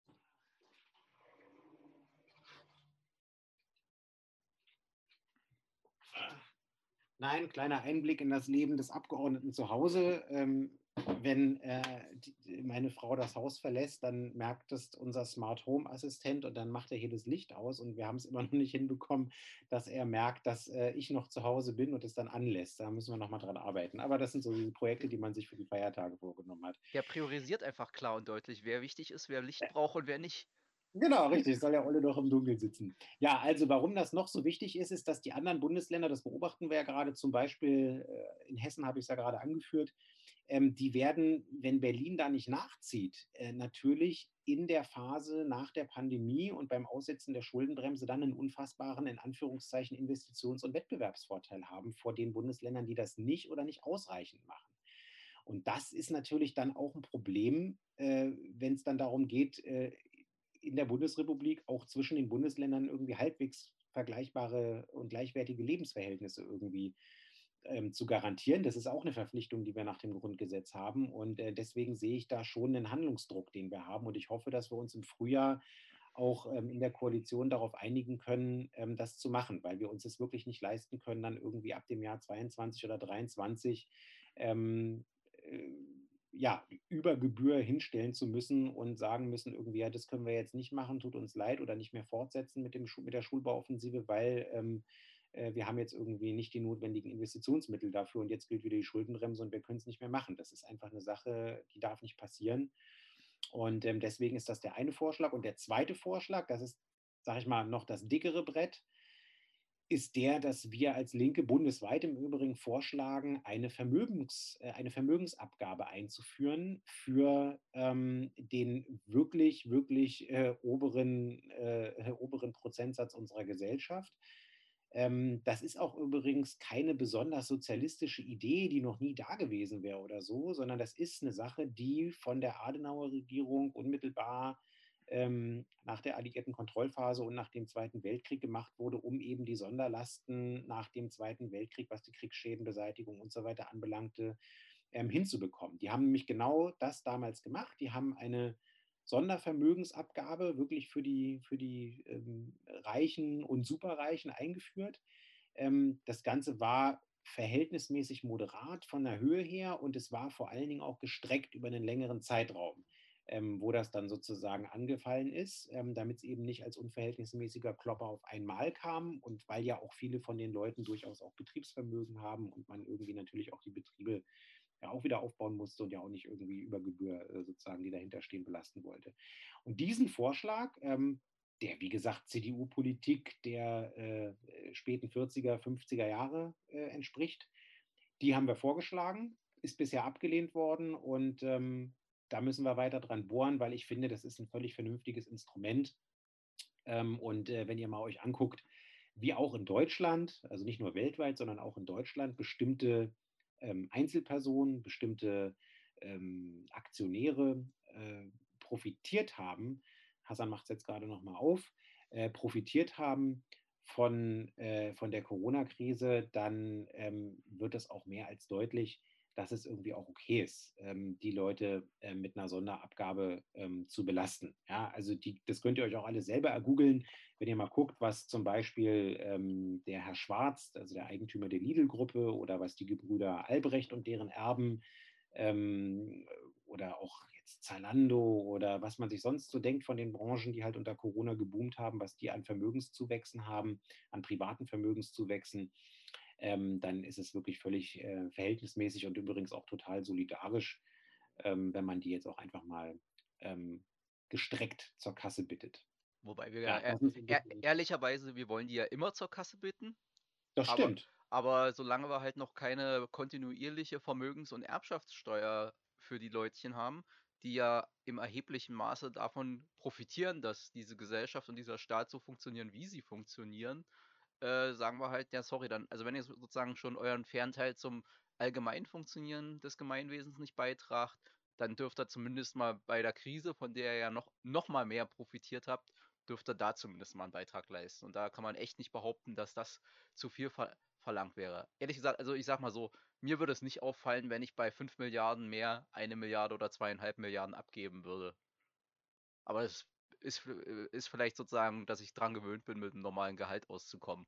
Nein, kleiner Einblick in das Leben des Abgeordneten zu Hause. Ähm, wenn äh, die, meine Frau das Haus verlässt, dann merkt es unser Smart Home Assistent und dann macht er hier das Licht aus und wir haben es immer noch nicht hinbekommen, dass er merkt, dass äh, ich noch zu Hause bin und es dann anlässt. Da müssen wir noch mal dran arbeiten. Aber das sind so die Projekte, die man sich für die Feiertage vorgenommen hat. Der priorisiert einfach klar und deutlich, wer wichtig ist, wer Licht braucht und wer nicht. Genau, richtig, soll ja Olle doch im Dunkeln sitzen. Ja, also warum das noch so wichtig ist, ist, dass die anderen Bundesländer, das beobachten wir ja gerade zum Beispiel, äh, in Hessen habe ich es ja gerade angeführt, ähm, die werden, wenn Berlin da nicht nachzieht, äh, natürlich in der Phase nach der Pandemie und beim Aussetzen der Schuldenbremse dann einen unfassbaren, in Anführungszeichen, Investitions- und Wettbewerbsvorteil haben vor den Bundesländern, die das nicht oder nicht ausreichend machen. Und das ist natürlich dann auch ein Problem, äh, wenn es dann darum geht, äh, in der Bundesrepublik auch zwischen den Bundesländern irgendwie halbwegs vergleichbare und gleichwertige Lebensverhältnisse irgendwie ähm, zu garantieren. Das ist auch eine Verpflichtung, die wir nach dem Grundgesetz haben. Und äh, deswegen sehe ich da schon einen Handlungsdruck, den wir haben. Und ich hoffe, dass wir uns im Frühjahr auch ähm, in der Koalition darauf einigen können, ähm, das zu machen, weil wir uns es wirklich nicht leisten können, dann irgendwie ab dem Jahr zweiundzwanzig oder dreiundzwanzig ähm, äh, ja, über Gebühr hinstellen zu müssen und sagen müssen, irgendwie, ja, das können wir jetzt nicht machen, tut uns leid oder nicht mehr fortsetzen mit, dem, mit der Schulbauoffensive, weil ähm, äh, wir haben jetzt irgendwie nicht die notwendigen Investitionsmittel dafür und jetzt gilt wieder die Schuldenbremse und wir können es nicht mehr machen. Das ist einfach eine Sache, die darf nicht passieren. Und ähm, deswegen ist das der eine Vorschlag. Und der zweite Vorschlag, das ist, sage ich mal, noch das dickere Brett, ist der, dass wir als Linke bundesweit im Übrigen vorschlagen, eine, Vermögens, äh, eine Vermögensabgabe einzuführen für ähm, den wirklich, wirklich äh, oberen, äh, oberen Prozentsatz unserer Gesellschaft. Ähm, das ist auch übrigens keine besonders sozialistische Idee, die noch nie da gewesen wäre oder so, sondern das ist eine Sache, die von der Adenauer Regierung unmittelbar ähm, nach der alliierten Kontrollphase und nach dem Zweiten Weltkrieg gemacht wurde, um eben die Sonderlasten nach dem Zweiten Weltkrieg, was die Kriegsschädenbeseitigung und so weiter anbelangte, ähm, hinzubekommen. Die haben nämlich genau das damals gemacht. Die haben eine Sondervermögensabgabe wirklich für die, für die ähm, Reichen und Superreichen eingeführt. Ähm, das Ganze war verhältnismäßig moderat von der Höhe her und es war vor allen Dingen auch gestreckt über einen längeren Zeitraum, ähm, wo das dann sozusagen angefallen ist, ähm, damit es eben nicht als unverhältnismäßiger Klopper auf einmal kam und weil ja auch viele von den Leuten durchaus auch Betriebsvermögen haben und man irgendwie natürlich auch die Betriebe ja auch wieder aufbauen musste und ja auch nicht irgendwie über Gebühr äh, sozusagen, die dahinter stehen, belasten wollte. Und diesen Vorschlag, ähm, der, wie gesagt, C D U-Politik der äh, späten vierziger, fünfziger Jahre äh, entspricht, die haben wir vorgeschlagen, ist bisher abgelehnt worden und ähm, da müssen wir weiter dran bohren, weil ich finde, das ist ein völlig vernünftiges Instrument. Ähm, und äh, wenn ihr mal euch anguckt, wie auch in Deutschland, also nicht nur weltweit, sondern auch in Deutschland, bestimmte ähm, Einzelpersonen, bestimmte ähm, Aktionäre äh, profitiert haben, Hassan macht es jetzt gerade nochmal auf, äh, profitiert haben von, äh, von der Corona-Krise, dann ähm, wird es auch mehr als deutlich, dass es irgendwie auch okay ist, ähm, die Leute äh, mit einer Sonderabgabe ähm, zu belasten. Ja, also die, das könnt ihr euch auch alle selber ergoogeln, wenn ihr mal guckt, was zum Beispiel ähm, der Herr Schwarz, also der Eigentümer der Lidl-Gruppe oder was die Gebrüder Albrecht und deren Erben ähm, oder auch jetzt Zalando oder was man sich sonst so denkt von den Branchen, die halt unter Corona geboomt haben, was die an Vermögenszuwächsen haben, an privaten Vermögenszuwächsen, ähm, dann ist es wirklich völlig äh, verhältnismäßig und übrigens auch total solidarisch, ähm, wenn man die jetzt auch einfach mal ähm, gestreckt zur Kasse bittet. Wobei wir ja Ja, ehr das ist ein ehr bisschen, ehrlicherweise, wir wollen die ja immer zur Kasse bitten, das aber stimmt. aber solange wir halt noch keine kontinuierliche Vermögens- und Erbschaftssteuer für die Leutchen haben, die ja im erheblichen Maße davon profitieren, dass diese Gesellschaft und dieser Staat so funktionieren, wie sie funktionieren, äh, sagen wir halt, ja, sorry, dann, also wenn ihr so- sozusagen schon euren fairen Teil zum allgemeinen Funktionieren des Gemeinwesens nicht beitragt, dann dürft ihr zumindest mal bei der Krise, von der ihr ja noch, noch mal mehr profitiert habt, dürft ihr da zumindest mal einen Beitrag leisten. Und da kann man echt nicht behaupten, dass das zu viel ver verlangt wäre. Ehrlich gesagt, also ich sag mal so, mir würde es nicht auffallen, wenn ich bei fünf Milliarden mehr eine Milliarde oder zweieinhalb Milliarden abgeben würde. Aber es ist, äh, ist vielleicht sozusagen, dass ich dran gewöhnt bin, mit einem normalen Gehalt auszukommen.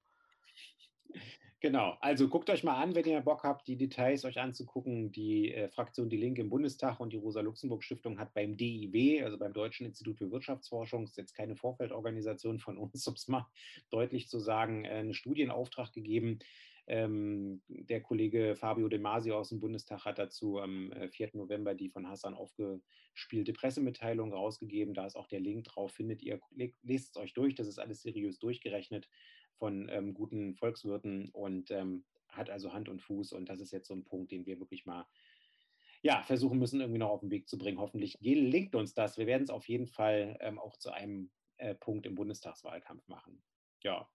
Genau, also guckt euch mal an, wenn ihr Bock habt, die Details euch anzugucken. Die äh, Fraktion Die Linke im Bundestag und die Rosa-Luxemburg-Stiftung hat beim D I W, also beim Deutschen Institut für Wirtschaftsforschung, ist jetzt keine Vorfeldorganisation von uns, um es mal deutlich zu sagen, äh, einen Studienauftrag gegeben, Ähm, der Kollege Fabio De Masi aus dem Bundestag hat dazu am äh, vierten November die von Hassan aufgespielte Pressemitteilung rausgegeben. Da ist auch der Link drauf, findet ihr, lest es euch durch, das ist alles seriös durchgerechnet von ähm, guten Volkswirten und ähm, hat also Hand und Fuß. Und das ist jetzt so ein Punkt, den wir wirklich mal ja, versuchen müssen, irgendwie noch auf den Weg zu bringen. Hoffentlich gelingt uns das. Wir werden es auf jeden Fall ähm, auch zu einem äh, Punkt im Bundestagswahlkampf machen. Ja.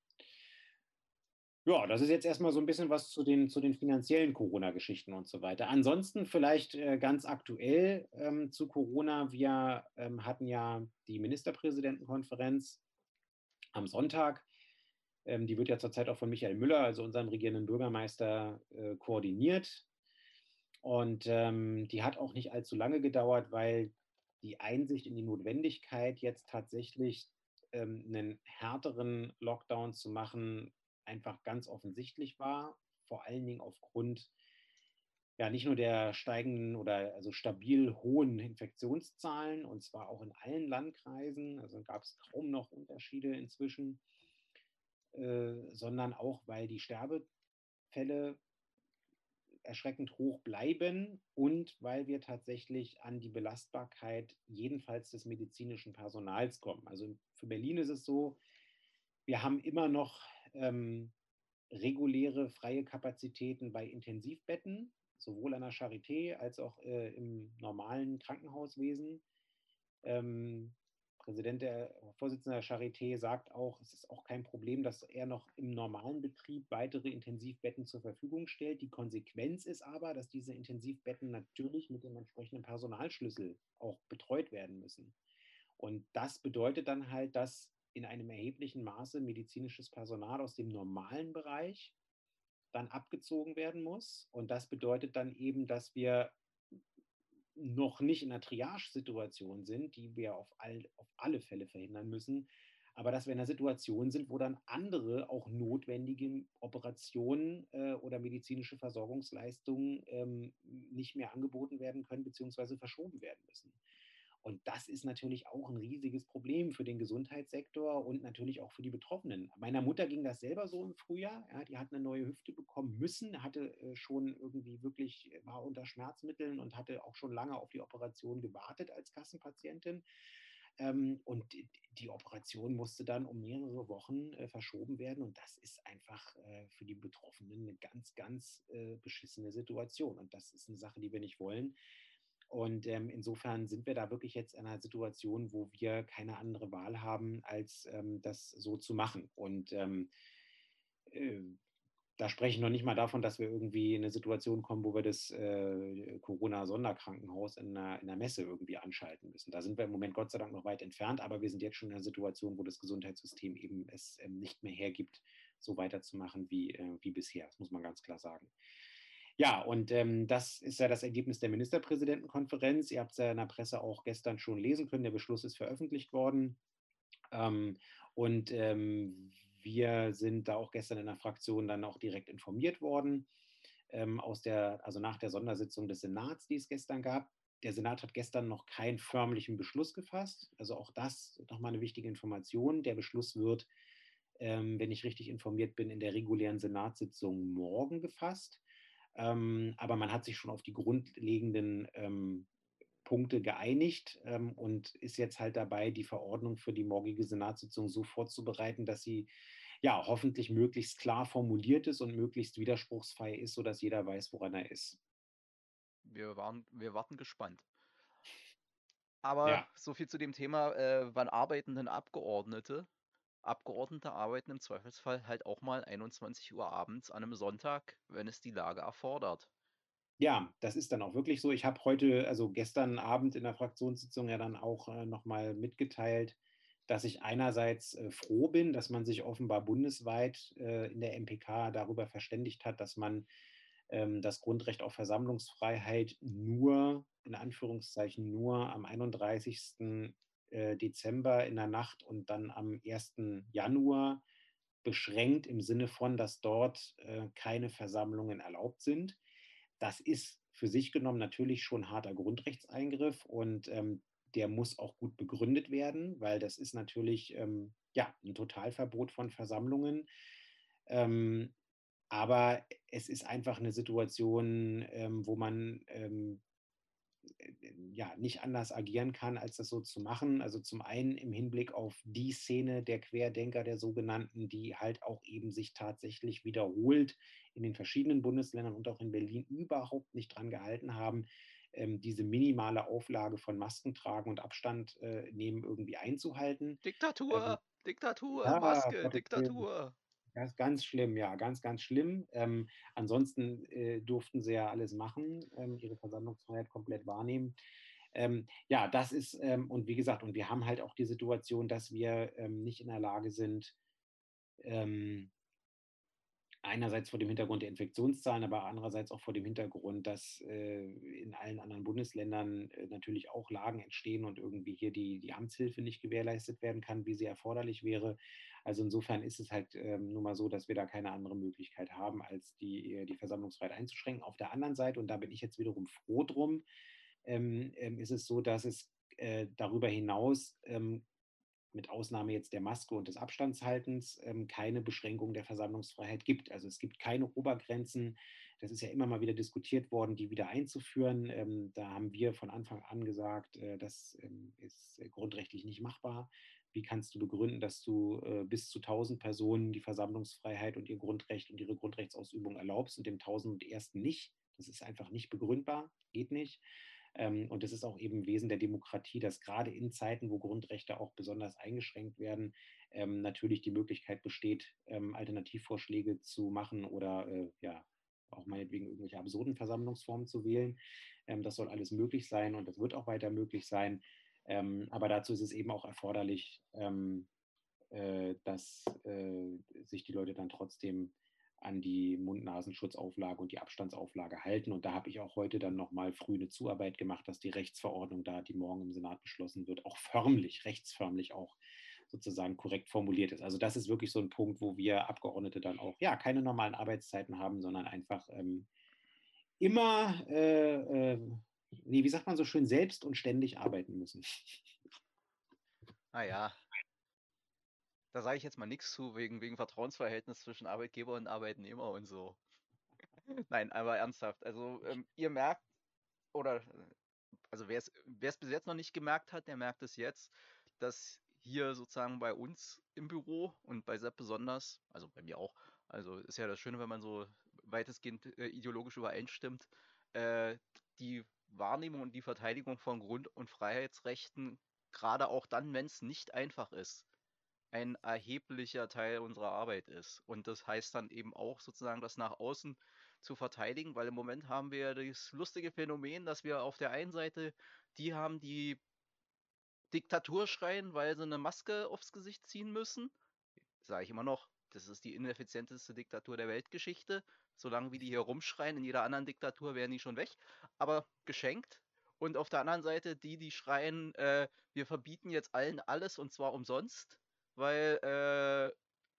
Ja, das ist jetzt erstmal so ein bisschen was zu den, zu den finanziellen Corona-Geschichten und so weiter. Ansonsten vielleicht äh, ganz aktuell ähm, zu Corona. Wir ähm, hatten ja die Ministerpräsidentenkonferenz am Sonntag. Ähm, die wird ja zurzeit auch von Michael Müller, also unserem regierenden Bürgermeister, äh, koordiniert. Und ähm, die hat auch nicht allzu lange gedauert, weil die Einsicht in die Notwendigkeit, jetzt tatsächlich ähm, einen härteren Lockdown zu machen, einfach ganz offensichtlich war. Vor allen Dingen aufgrund ja nicht nur der steigenden oder also stabil hohen Infektionszahlen, und zwar auch in allen Landkreisen, also gab es kaum noch Unterschiede inzwischen, äh, sondern auch, weil die Sterbefälle erschreckend hoch bleiben und weil wir tatsächlich an die Belastbarkeit jedenfalls des medizinischen Personals kommen. Also für Berlin ist es so, wir haben immer noch ähm, reguläre freie Kapazitäten bei Intensivbetten, sowohl an der Charité als auch äh, im normalen Krankenhauswesen. Ähm, Präsident der Vorsitzende der Charité sagt auch, es ist auch kein Problem, dass er noch im normalen Betrieb weitere Intensivbetten zur Verfügung stellt. Die Konsequenz ist aber, dass diese Intensivbetten natürlich mit dem entsprechenden Personalschlüssel auch betreut werden müssen. Und das bedeutet dann halt, dass in einem erheblichen Maße medizinisches Personal aus dem normalen Bereich dann abgezogen werden muss. Und das bedeutet dann eben, dass wir noch nicht in einer Triage-Situation sind, die wir auf, all, auf alle Fälle verhindern müssen, aber dass wir in einer Situation sind, wo dann andere auch notwendige Operationen äh, oder medizinische Versorgungsleistungen ähm, nicht mehr angeboten werden können beziehungsweise verschoben werden müssen. Und das ist natürlich auch ein riesiges Problem für den Gesundheitssektor und natürlich auch für die Betroffenen. Meiner Mutter ging das selber so im Frühjahr. Ja, die hat eine neue Hüfte bekommen müssen, hatte äh, schon irgendwie wirklich, war unter Schmerzmitteln und hatte auch schon lange auf die Operation gewartet als Kassenpatientin. Ähm, und die, die Operation musste dann um mehrere Wochen äh, verschoben werden. Und das ist einfach äh, für die Betroffenen eine ganz, ganz äh, beschissene Situation. Und das ist eine Sache, die wir nicht wollen. Und ähm, insofern sind wir da wirklich jetzt in einer Situation, wo wir keine andere Wahl haben, als ähm, das so zu machen. Und ähm, äh, da spreche ich noch nicht mal davon, dass wir irgendwie in eine Situation kommen, wo wir das äh, Corona-Sonderkrankenhaus in einer, in einer Messe irgendwie anschalten müssen. Da sind wir im Moment Gott sei Dank noch weit entfernt, aber wir sind jetzt schon in einer Situation, wo das Gesundheitssystem eben es ähm, nicht mehr hergibt, so weiterzumachen wie, äh, wie bisher. Das muss man ganz klar sagen. Ja, und ähm, das ist ja das Ergebnis der Ministerpräsidentenkonferenz. Ihr habt es ja in der Presse auch gestern schon lesen können. Der Beschluss ist veröffentlicht worden. Ähm, und ähm, wir sind da auch gestern in der Fraktion dann auch direkt informiert worden, ähm, aus der, also nach der Sondersitzung des Senats, die es gestern gab. Der Senat hat gestern noch keinen förmlichen Beschluss gefasst. Also auch das nochmal eine wichtige Information. Der Beschluss wird, ähm, wenn ich richtig informiert bin, in der regulären Senatssitzung morgen gefasst. Ähm, aber man hat sich schon auf die grundlegenden ähm, Punkte geeinigt ähm, und ist jetzt halt dabei, die Verordnung für die morgige Senatssitzung so vorzubereiten, dass sie ja hoffentlich möglichst klar formuliert ist und möglichst widerspruchsfrei ist, sodass jeder weiß, woran er ist. Wir waren, wir warten gespannt. Aber Ja. so viel zu dem Thema, äh, wann arbeiten denn Abgeordnete? Abgeordnete arbeiten im Zweifelsfall halt auch mal einundzwanzig Uhr abends an einem Sonntag, wenn es die Lage erfordert. Ja, das ist dann auch wirklich so. Ich habe heute, also gestern Abend in der Fraktionssitzung ja dann auch äh, nochmal mitgeteilt, dass ich einerseits äh, froh bin, dass man sich offenbar bundesweit äh, in der M P K darüber verständigt hat, dass man ähm, das Grundrecht auf Versammlungsfreiheit nur, in Anführungszeichen nur am einunddreißigsten äh, Dezember in der Nacht und dann am ersten Januar beschränkt im Sinne von, dass dort äh, keine Versammlungen erlaubt sind. Das ist für sich genommen natürlich schon ein harter Grundrechtseingriff und ähm, der muss auch gut begründet werden, weil das ist natürlich ähm, ja, ein Totalverbot von Versammlungen. Ähm, Aber es ist einfach eine Situation, ähm, wo man ähm, äh, ja, nicht anders agieren kann, als das so zu machen. Also zum einen im Hinblick auf die Szene der Querdenker, der sogenannten, die halt auch eben sich tatsächlich wiederholt in den verschiedenen Bundesländern und auch in Berlin überhaupt nicht dran gehalten haben, ähm, diese minimale Auflage von Maskentragen und Abstand äh, nehmen irgendwie einzuhalten. Ähm, Diktatur, Diktatur, ja, Maske, Gottes Willen. Diktatur. Das ist ganz schlimm, ja, ganz, ganz schlimm. Ähm, ansonsten äh, durften sie ja alles machen, ähm, ihre Versammlungsfreiheit komplett wahrnehmen. Ähm, ja, das ist, ähm, und wie gesagt, und wir haben halt auch die Situation, dass wir ähm, nicht in der Lage sind, ähm, einerseits vor dem Hintergrund der Infektionszahlen, aber andererseits auch vor dem Hintergrund, dass äh, in allen anderen Bundesländern äh, natürlich auch Lagen entstehen und irgendwie hier die, die Amtshilfe nicht gewährleistet werden kann, wie sie erforderlich wäre. Also insofern ist es halt ähm, nun mal so, dass wir da keine andere Möglichkeit haben, als die, die Versammlungsfreiheit einzuschränken. Auf der anderen Seite, und da bin ich jetzt wiederum froh drum, ähm, ähm, ist es so, dass es äh, darüber hinaus ähm, mit Ausnahme jetzt der Maske und des Abstandshaltens ähm, keine Beschränkung der Versammlungsfreiheit gibt. Also es gibt keine Obergrenzen. Das ist ja immer mal wieder diskutiert worden, die wieder einzuführen. Ähm, da haben wir von Anfang an gesagt, äh, das ähm, ist grundrechtlich nicht machbar. Wie kannst du begründen, dass du äh, bis zu tausend Personen die Versammlungsfreiheit und ihr Grundrecht und ihre Grundrechtsausübung erlaubst und dem tausendsten nicht? Das ist einfach nicht begründbar, geht nicht. Ähm, und es ist auch eben Wesen der Demokratie, dass gerade in Zeiten, wo Grundrechte auch besonders eingeschränkt werden, ähm, natürlich die Möglichkeit besteht, ähm, Alternativvorschläge zu machen oder äh, ja, auch meinetwegen irgendwelche absurden Versammlungsformen zu wählen. Ähm, das soll alles möglich sein und das wird auch weiter möglich sein. Ähm, aber dazu ist es eben auch erforderlich, ähm, äh, dass äh, sich die Leute dann trotzdem an die Mund-Nasenschutzauflage und die Abstandsauflage halten. Und da habe ich auch heute dann nochmal früh eine Zuarbeit gemacht, dass die Rechtsverordnung da, die morgen im Senat beschlossen wird, auch förmlich, rechtsförmlich auch sozusagen korrekt formuliert ist. Also das ist wirklich so ein Punkt, wo wir Abgeordnete dann auch ja keine normalen Arbeitszeiten haben, sondern einfach ähm, immer, äh, äh, nee, wie sagt man so schön, selbst und ständig arbeiten müssen. Naja, da sage ich jetzt mal nichts zu, wegen, wegen Vertrauensverhältnis zwischen Arbeitgeber und Arbeitnehmer und so. Nein, aber ernsthaft. Also ähm, ihr merkt, oder äh, also wer es wer es bis jetzt noch nicht gemerkt hat, der merkt es jetzt, dass hier sozusagen bei uns im Büro und bei Sepp besonders, also bei mir auch, also ist ja das Schöne, wenn man so weitestgehend äh, ideologisch übereinstimmt, äh, die Wahrnehmung und die Verteidigung von Grund- und Freiheitsrechten, gerade auch dann, wenn es nicht einfach ist, ein erheblicher Teil unserer Arbeit ist. Und das heißt dann eben auch sozusagen, das nach außen zu verteidigen, weil im Moment haben wir ja das lustige Phänomen, dass wir auf der einen Seite die haben, die Diktatur schreien, weil sie eine Maske aufs Gesicht ziehen müssen. Sage ich immer noch, das ist die ineffizienteste Diktatur der Weltgeschichte. Solange wie die hier rumschreien, in jeder anderen Diktatur wären die schon weg. Aber geschenkt. Und auf der anderen Seite die, die schreien, äh, wir verbieten jetzt allen alles und zwar umsonst, weil äh,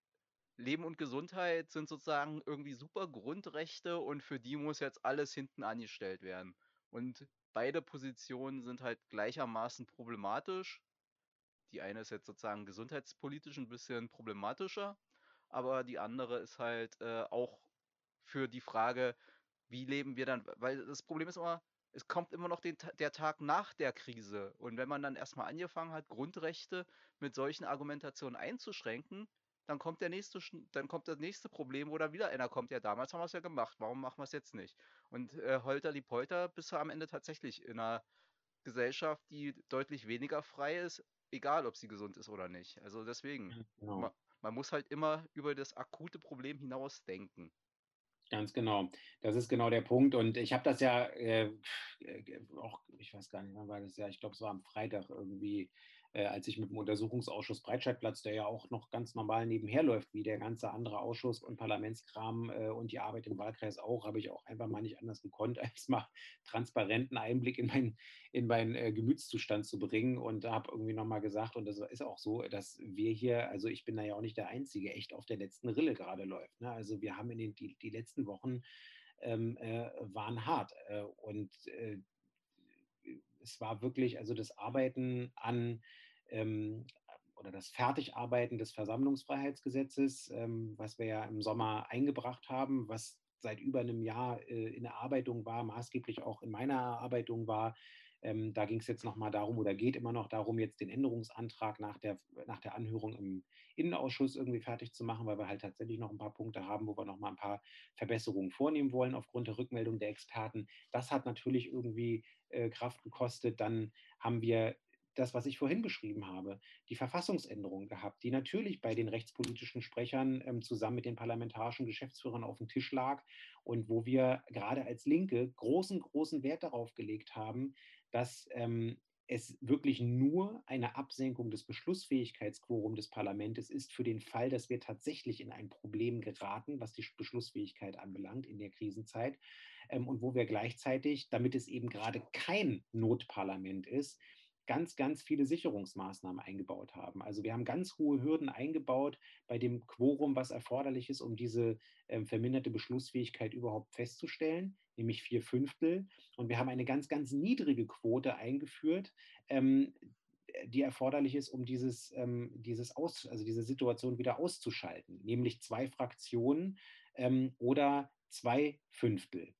Leben und Gesundheit sind sozusagen irgendwie super Grundrechte und für die muss jetzt alles hinten angestellt werden. Und beide Positionen sind halt gleichermaßen problematisch. Die eine ist jetzt sozusagen gesundheitspolitisch ein bisschen problematischer, aber die andere ist halt äh, auch für die Frage, wie leben wir dann, weil das Problem ist immer, es kommt immer noch den, der Tag nach der Krise. Und wenn man dann erstmal angefangen hat, Grundrechte mit solchen Argumentationen einzuschränken, dann kommt der nächste, dann kommt das nächste Problem, wo dann wieder einer kommt, ja, damals haben wir es ja gemacht, warum machen wir es jetzt nicht? Und äh, holter die Polter bist du am Ende tatsächlich in einer Gesellschaft, die deutlich weniger frei ist, egal ob sie gesund ist oder nicht. Also deswegen, Genau. man, man muss halt immer über das akute Problem hinaus denken. Ganz genau. Das ist genau der Punkt. Und ich habe das ja äh, äh, auch, ich weiß gar nicht, wann war das ja, ich glaube, es war am Freitag irgendwie, äh, als ich mit dem Untersuchungsausschuss Breitscheidplatz, der ja auch noch ganz normal nebenher läuft, wie der ganze andere Ausschuss und Parlamentskram äh, und die Arbeit im Wahlkreis auch, habe ich auch einfach mal nicht anders gekonnt, als mal transparenten Einblick in meinen in meinen äh, Gemütszustand zu bringen und habe irgendwie nochmal gesagt, und das ist auch so, dass wir hier, also ich bin da ja auch nicht der Einzige, echt auf der letzten Rille gerade läuft. Ne? Also wir haben in den die, die letzten Wochen ähm, äh, waren hart äh, und äh, es war wirklich, also das Arbeiten an ähm, oder das Fertigarbeiten des Versammlungsfreiheitsgesetzes, ähm, was wir ja im Sommer eingebracht haben, was seit über einem Jahr äh, in Erarbeitung war, maßgeblich auch in meiner Erarbeitung war. Ähm, da ging es jetzt nochmal darum oder geht immer noch darum, jetzt den Änderungsantrag nach der, nach der Anhörung im Innenausschuss irgendwie fertig zu machen, weil wir halt tatsächlich noch ein paar Punkte haben, wo wir nochmal ein paar Verbesserungen vornehmen wollen aufgrund der Rückmeldung der Experten. Das hat natürlich irgendwie äh, Kraft gekostet. Dann haben wir das, was ich vorhin beschrieben habe, die Verfassungsänderung gehabt, die natürlich bei den rechtspolitischen Sprechern ähm, zusammen mit den parlamentarischen Geschäftsführern auf dem Tisch lag und wo wir gerade als Linke großen, großen Wert darauf gelegt haben, dass ähm, es wirklich nur eine Absenkung des Beschlussfähigkeitsquorums des Parlaments ist für den Fall, dass wir tatsächlich in ein Problem geraten, was die Beschlussfähigkeit anbelangt in der Krisenzeit. Ähm, und wo wir gleichzeitig, damit es eben gerade kein Notparlament ist, ganz, ganz viele Sicherungsmaßnahmen eingebaut haben. Also wir haben ganz hohe Hürden eingebaut bei dem Quorum, was erforderlich ist, um diese ähm, verminderte Beschlussfähigkeit überhaupt festzustellen, nämlich vier Fünftel. Und wir haben eine ganz, ganz niedrige Quote eingeführt, ähm, die erforderlich ist, um dieses, ähm, dieses Aus, also diese Situation wieder auszuschalten, nämlich zwei Fraktionen ähm, oder zwei Fünftel.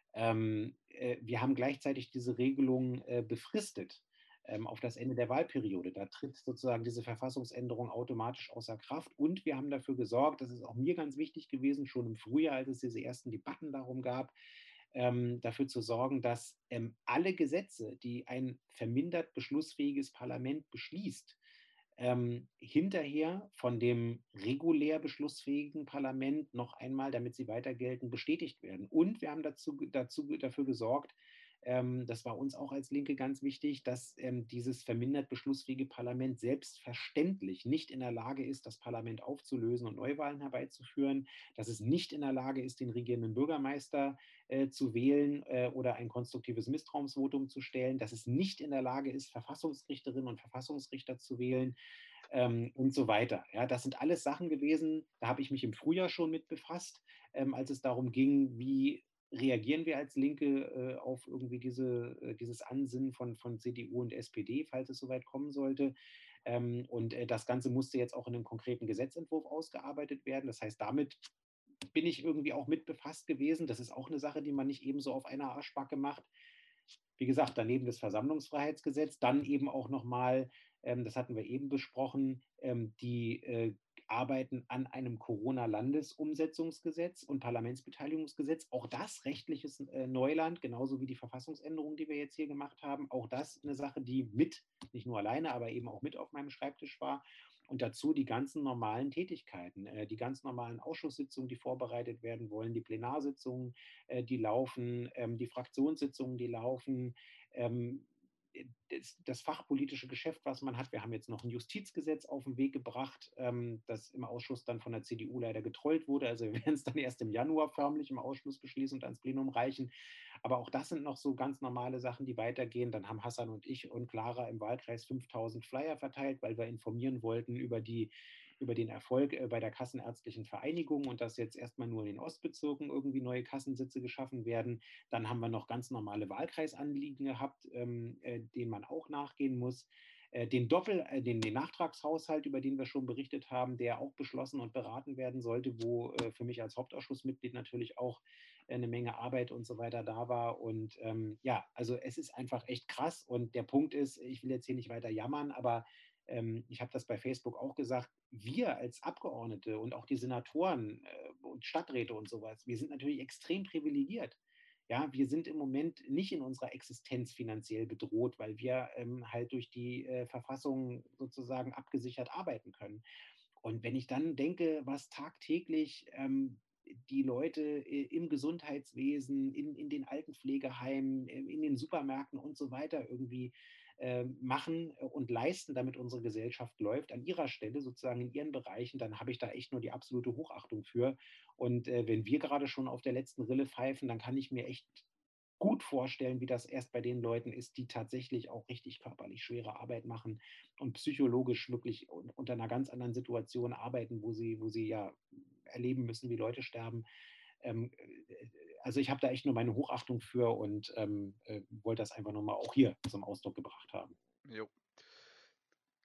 Ähm, äh, wir haben gleichzeitig diese Regelung äh, befristet ähm, auf das Ende der Wahlperiode. Da tritt sozusagen diese Verfassungsänderung automatisch außer Kraft. Und wir haben dafür gesorgt, das ist auch mir ganz wichtig gewesen, schon im Frühjahr, als es diese ersten Debatten darum gab, ähm, dafür zu sorgen, dass ähm, alle Gesetze, die ein vermindert beschlussfähiges Parlament beschließt, ähm, hinterher von dem regulär beschlussfähigen Parlament noch einmal, damit sie weiter gelten, bestätigt werden. Und wir haben dazu, dazu, dafür gesorgt, ähm, das war uns auch als Linke ganz wichtig, dass ähm, dieses vermindert beschlussfähige Parlament selbstverständlich nicht in der Lage ist, das Parlament aufzulösen und Neuwahlen herbeizuführen, dass es nicht in der Lage ist, den regierenden Bürgermeister äh, zu wählen äh, oder ein konstruktives Misstrauensvotum zu stellen, dass es nicht in der Lage ist, Verfassungsrichterinnen und Verfassungsrichter zu wählen ähm, und so weiter. Ja, das sind alles Sachen gewesen, da habe ich mich im Frühjahr schon mit befasst, ähm, als es darum ging, wie reagieren wir als Linke äh, auf irgendwie diese, äh, dieses Ansinnen von, von C D U und S P D, falls es soweit kommen sollte. Ähm, und äh, das Ganze musste jetzt auch in einem konkreten Gesetzentwurf ausgearbeitet werden. Das heißt, damit bin ich irgendwie auch mit befasst gewesen. Das ist auch eine Sache, die man nicht eben so auf einer Arschbacke macht. Wie gesagt, daneben das Versammlungsfreiheitsgesetz, dann eben auch nochmal, ähm, das hatten wir eben besprochen, ähm, die äh, Arbeiten an einem Corona-Landesumsetzungsgesetz und Parlamentsbeteiligungsgesetz. Auch das rechtliches äh, Neuland, genauso wie die Verfassungsänderung, die wir jetzt hier gemacht haben. Auch das eine Sache, die mit, nicht nur alleine, aber eben auch mit auf meinem Schreibtisch war. Und dazu die ganzen normalen Tätigkeiten, äh, die ganz normalen Ausschusssitzungen, die vorbereitet werden wollen, die Plenarsitzungen, äh, die laufen, ähm, die Fraktionssitzungen, die laufen, ähm, das, das fachpolitische Geschäft, was man hat. Wir haben jetzt noch ein Justizgesetz auf den Weg gebracht, ähm, das im Ausschuss dann von der C D U leider getrollt wurde. Also wir werden es dann erst im Januar förmlich im Ausschuss beschließen und ans Plenum reichen. Aber auch das sind noch so ganz normale Sachen, die weitergehen. Dann haben Hassan und ich und Clara im Wahlkreis fünftausend Flyer verteilt, weil wir informieren wollten über die über den Erfolg äh, bei der Kassenärztlichen Vereinigung und dass jetzt erstmal nur in den Ostbezirken irgendwie neue Kassensitze geschaffen werden. Dann haben wir noch ganz normale Wahlkreisanliegen gehabt, ähm, äh, denen man auch nachgehen muss. Äh, den Doppel, äh, den, den Nachtragshaushalt, über den wir schon berichtet haben, der auch beschlossen und beraten werden sollte, wo äh, für mich als Hauptausschussmitglied natürlich auch äh, eine Menge Arbeit und so weiter da war. Und ähm, ja, also es ist einfach echt krass. Und der Punkt ist, ich will jetzt hier nicht weiter jammern, aber ähm, ich habe das bei Facebook auch gesagt, wir als Abgeordnete und auch die Senatoren äh, und Stadträte und sowas, wir sind natürlich extrem privilegiert. Ja, wir sind im Moment nicht in unserer Existenz finanziell bedroht, weil wir ähm, halt durch die äh, Verfassung sozusagen abgesichert arbeiten können. Und wenn ich dann denke, was tagtäglich ähm, die Leute äh, im Gesundheitswesen, in, in den Altenpflegeheimen, äh, in den Supermärkten und so weiter irgendwie äh, machen und leisten, damit unsere Gesellschaft läuft, an ihrer Stelle sozusagen in ihren Bereichen, dann habe ich da echt nur die absolute Hochachtung für. Und äh, wenn wir gerade schon auf der letzten Rille pfeifen, dann kann ich mir echt gut vorstellen, wie das erst bei den Leuten ist, die tatsächlich auch richtig körperlich schwere Arbeit machen und psychologisch wirklich unter einer ganz anderen Situation arbeiten, wo sie, wo sie ja erleben müssen, wie Leute sterben. Ähm, also ich habe da echt nur meine Hochachtung für und ähm, äh, wollte das einfach nochmal auch hier zum Ausdruck gebracht haben. Jo.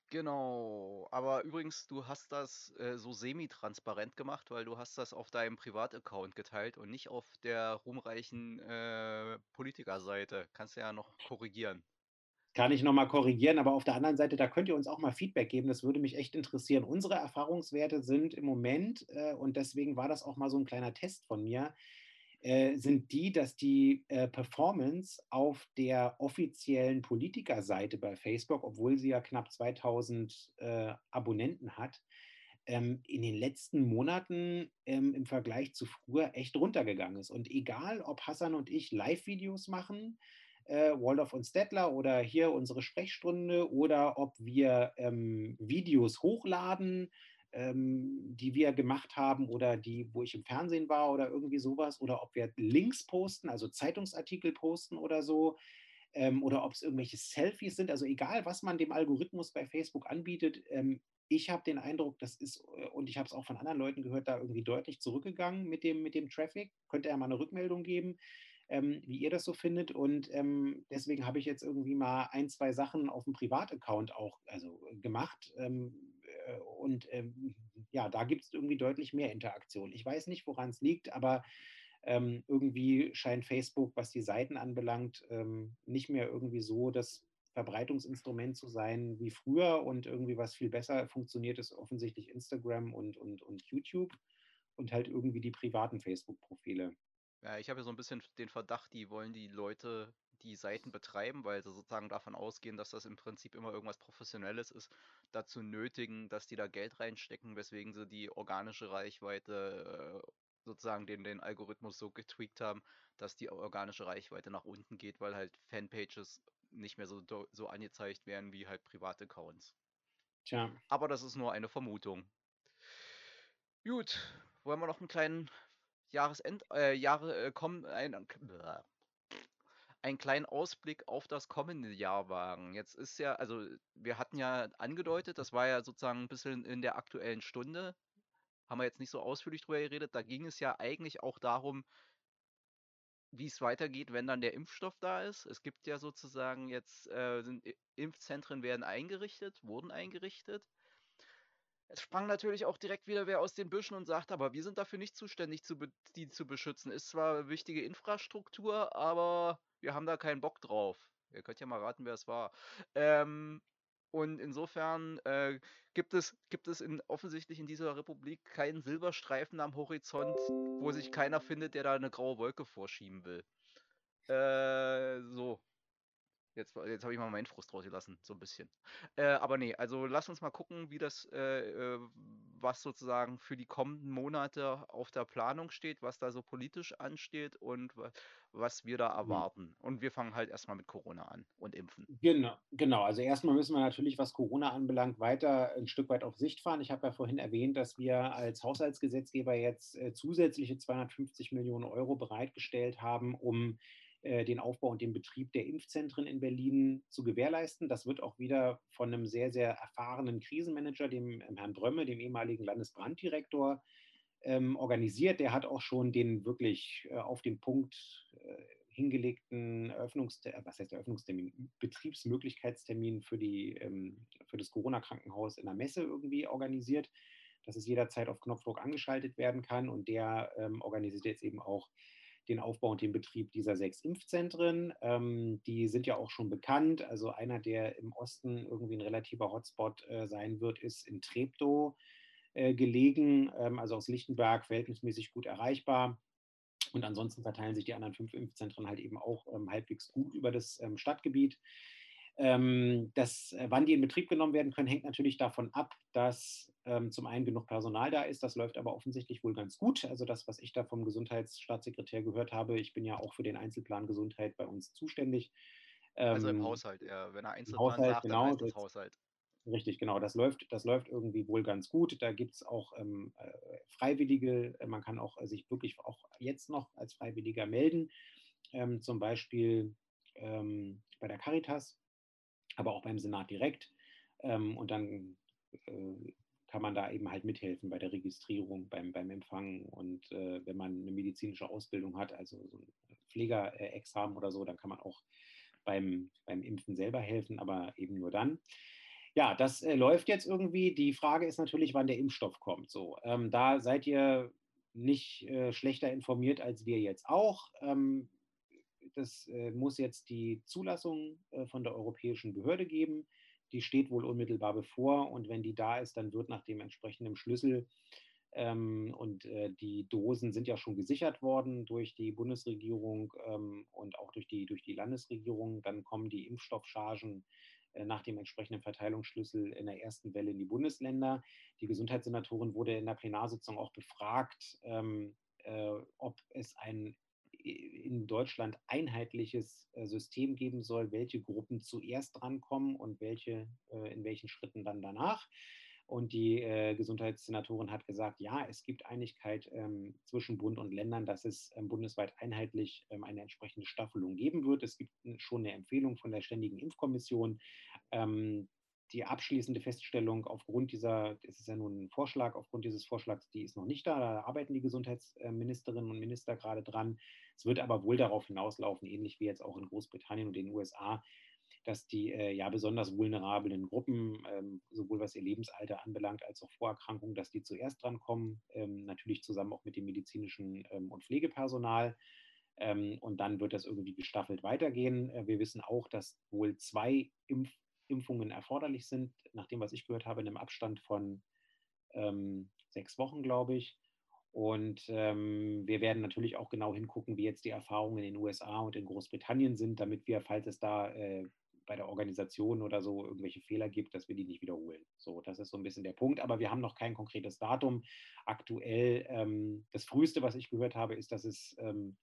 Genau. Aber übrigens, du hast das äh, so semi-transparent gemacht, weil du hast das auf deinem Privataccount geteilt und nicht auf der ruhmreichen äh, Politikerseite. Kannst du ja noch korrigieren. Kann ich nochmal korrigieren, aber auf der anderen Seite, da könnt ihr uns auch mal Feedback geben, das würde mich echt interessieren. Unsere Erfahrungswerte sind im Moment, äh, und deswegen war das auch mal so ein kleiner Test von mir, äh, sind die, dass die äh, Performance auf der offiziellen Politikerseite bei Facebook, obwohl sie ja knapp zweitausend äh, Abonnenten hat, ähm, in den letzten Monaten ähm, im Vergleich zu früher echt runtergegangen ist. Und egal, ob Hassan und ich Live-Videos machen, äh, Waldorf und Stettler oder hier unsere Sprechstunde, oder ob wir ähm, Videos hochladen, ähm, die wir gemacht haben oder die, wo ich im Fernsehen war oder irgendwie sowas, oder ob wir Links posten, also Zeitungsartikel posten oder so, ähm, oder ob es irgendwelche Selfies sind, also egal, was man dem Algorithmus bei Facebook anbietet, ähm, ich habe den Eindruck, das ist, äh, und ich habe es auch von anderen Leuten gehört, da irgendwie deutlich zurückgegangen mit dem, mit dem Traffic. Könnt ihr ja mal eine Rückmeldung geben, ähm, wie ihr das so findet. Und ähm, deswegen habe ich jetzt irgendwie mal ein, zwei Sachen auf dem Privataccount auch also, gemacht. Ähm, äh, und ähm, ja, da gibt es irgendwie deutlich mehr Interaktion. Ich weiß nicht, woran es liegt, aber ähm, irgendwie scheint Facebook, was die Seiten anbelangt, ähm, nicht mehr irgendwie so das Verbreitungsinstrument zu sein wie früher, und irgendwie was viel besser funktioniert ist offensichtlich Instagram und, und, und YouTube und halt irgendwie die privaten Facebook-Profile. Ja, ich habe ja so ein bisschen den Verdacht, die wollen die Leute, die Seiten betreiben, weil sie sozusagen davon ausgehen, dass das im Prinzip immer irgendwas Professionelles ist, dazu nötigen, dass die da Geld reinstecken, weswegen sie die organische Reichweite äh, sozusagen den, den Algorithmus so getweakt haben, dass die organische Reichweite nach unten geht, weil halt Fanpages nicht mehr so, do- so angezeigt werden wie halt Privataccounts. Tja, Aber das ist nur eine Vermutung. Gut, wollen wir noch einen kleinen Jahresend, äh, Jahre, äh, kommen, ein, einen kleinen Ausblick auf das kommende Jahr wagen. Jetzt ist ja, also wir hatten ja angedeutet, das war ja sozusagen ein bisschen in der aktuellen Stunde, haben wir jetzt nicht so ausführlich drüber geredet, da ging es ja eigentlich auch darum, wie es weitergeht, wenn dann der Impfstoff da ist. Es gibt ja sozusagen jetzt, äh, sind I- Impfzentren werden eingerichtet, wurden eingerichtet. Es sprang natürlich auch direkt wieder wer aus den Büschen und sagt, aber wir sind dafür nicht zuständig, zu be die zu beschützen. Ist zwar wichtige Infrastruktur, aber wir haben da keinen Bock drauf. Ihr könnt ja mal raten, wer es war. Ähm, und insofern äh, gibt es, gibt es in, offensichtlich in dieser Republik keinen Silberstreifen am Horizont, wo sich keiner findet, der da eine graue Wolke vorschieben will. Äh, so. Jetzt, jetzt habe ich mal meinen Frust rausgelassen, so ein bisschen. Äh, aber nee, also lass uns mal gucken, wie das, äh, äh, was sozusagen für die kommenden Monate auf der Planung steht, was da so politisch ansteht und wa- was wir da hm. erwarten. Und wir fangen halt erstmal mit Corona an und Impfen. Genau, genau. Also erstmal müssen wir natürlich, was Corona anbelangt, weiter ein Stück weit auf Sicht fahren. Ich habe ja vorhin erwähnt, dass wir als Haushaltsgesetzgeber jetzt äh, zusätzliche zweihundertfünfzig Millionen Euro bereitgestellt haben, um äh, den Aufbau und den Betrieb der Impfzentren in Berlin zu gewährleisten. Das wird auch wieder von einem sehr, sehr erfahrenen Krisenmanager, dem ähm, Herrn Brömme, dem ehemaligen Landesbranddirektor, ähm, organisiert. Der hat auch schon den wirklich äh, auf den Punkt äh, hingelegten Eröffnungstermin, was heißt Eröffnungstermin, Betriebsmöglichkeitstermin für, die, ähm, für das Corona-Krankenhaus in der Messe irgendwie organisiert, dass es jederzeit auf Knopfdruck angeschaltet werden kann. Und der ähm, organisiert jetzt eben auch den Aufbau und den Betrieb dieser sechs Impfzentren. Ähm, die sind ja auch schon bekannt. Also einer, der im Osten irgendwie ein relativer Hotspot äh, sein wird, ist in Treptow äh, gelegen, ähm, also aus Lichtenberg verhältnismäßig gut erreichbar. Und ansonsten verteilen sich die anderen fünf Impfzentren halt eben auch ähm, halbwegs gut über das ähm, Stadtgebiet. Ähm, das, äh, wann die in Betrieb genommen werden können, hängt natürlich davon ab, dass ähm, zum einen genug Personal da ist. Das läuft aber offensichtlich wohl ganz gut. Also das, was ich da vom Gesundheitsstaatssekretär gehört habe, ich bin ja auch für den Einzelplan Gesundheit bei uns zuständig. Also im Ähm, Haushalt, ja. Wenn er Im Einzelplan Haushalt, sagt, dann genau, heißt das das, Haushalt. richtig, genau. Das läuft, das läuft irgendwie wohl ganz gut. Da gibt es auch ähm, äh, Freiwillige. Man kann auch äh, sich wirklich auch jetzt noch als Freiwilliger melden, ähm, zum Beispiel ähm, bei der Caritas, aber auch beim Senat direkt. Ähm, und dann äh, kann man da eben halt mithelfen bei der Registrierung, beim, beim Empfang. Und äh, wenn man eine medizinische Ausbildung hat, also so ein Pflegerexamen oder so, dann kann man auch beim, beim Impfen selber helfen, aber eben nur dann. Ja, das äh, läuft jetzt irgendwie. Die Frage ist natürlich, wann der Impfstoff kommt. So, ähm, da seid ihr nicht äh, schlechter informiert als wir jetzt auch. Ähm, das äh, muss jetzt die Zulassung äh, von der europäischen Behörde geben. Die steht wohl unmittelbar bevor und wenn die da ist, dann wird nach dem entsprechenden Schlüssel ähm, und äh, die Dosen sind ja schon gesichert worden durch die Bundesregierung ähm, und auch durch die, durch die Landesregierung. Dann kommen die Impfstoffchargen äh, nach dem entsprechenden Verteilungsschlüssel in der ersten Welle in die Bundesländer. Die Gesundheitssenatorin wurde in der Plenarsitzung auch befragt, ähm, äh, ob es ein in Deutschland einheitliches äh, System geben soll, welche Gruppen zuerst drankommen und welche äh, in welchen Schritten dann danach. Und die äh, Gesundheitssenatorin hat gesagt, ja, es gibt Einigkeit ähm, zwischen Bund und Ländern, dass es ähm, bundesweit einheitlich ähm, eine entsprechende Staffelung geben wird. Es gibt schon eine Empfehlung von der Ständigen Impfkommission. Ähm, die abschließende Feststellung aufgrund dieser, es ist ja nun ein Vorschlag, aufgrund dieses Vorschlags, die ist noch nicht da, da arbeiten die Gesundheitsministerinnen und Minister gerade dran. Es wird aber wohl darauf hinauslaufen, ähnlich wie jetzt auch in Großbritannien und den U S A, dass die äh, ja besonders vulnerablen Gruppen, ähm, sowohl was ihr Lebensalter anbelangt als auch Vorerkrankungen, dass die zuerst drankommen, ähm, natürlich zusammen auch mit dem medizinischen ähm, und Pflegepersonal. Ähm, und dann wird das irgendwie gestaffelt weitergehen. Äh, wir wissen auch, dass wohl zwei Impf Impfungen erforderlich sind, nach dem, was ich gehört habe, in einem Abstand von ähm, sechs Wochen, glaube ich. Und ähm, wir werden natürlich auch genau hingucken, wie jetzt die Erfahrungen in den U S A und in Großbritannien sind, damit wir, falls es da äh, bei der Organisation oder so irgendwelche Fehler gibt, dass wir die nicht wiederholen. So, das ist so ein bisschen der Punkt. Aber wir haben noch kein konkretes Datum. Aktuell, ähm, das Früheste, was ich gehört habe, ist, dass es ähm,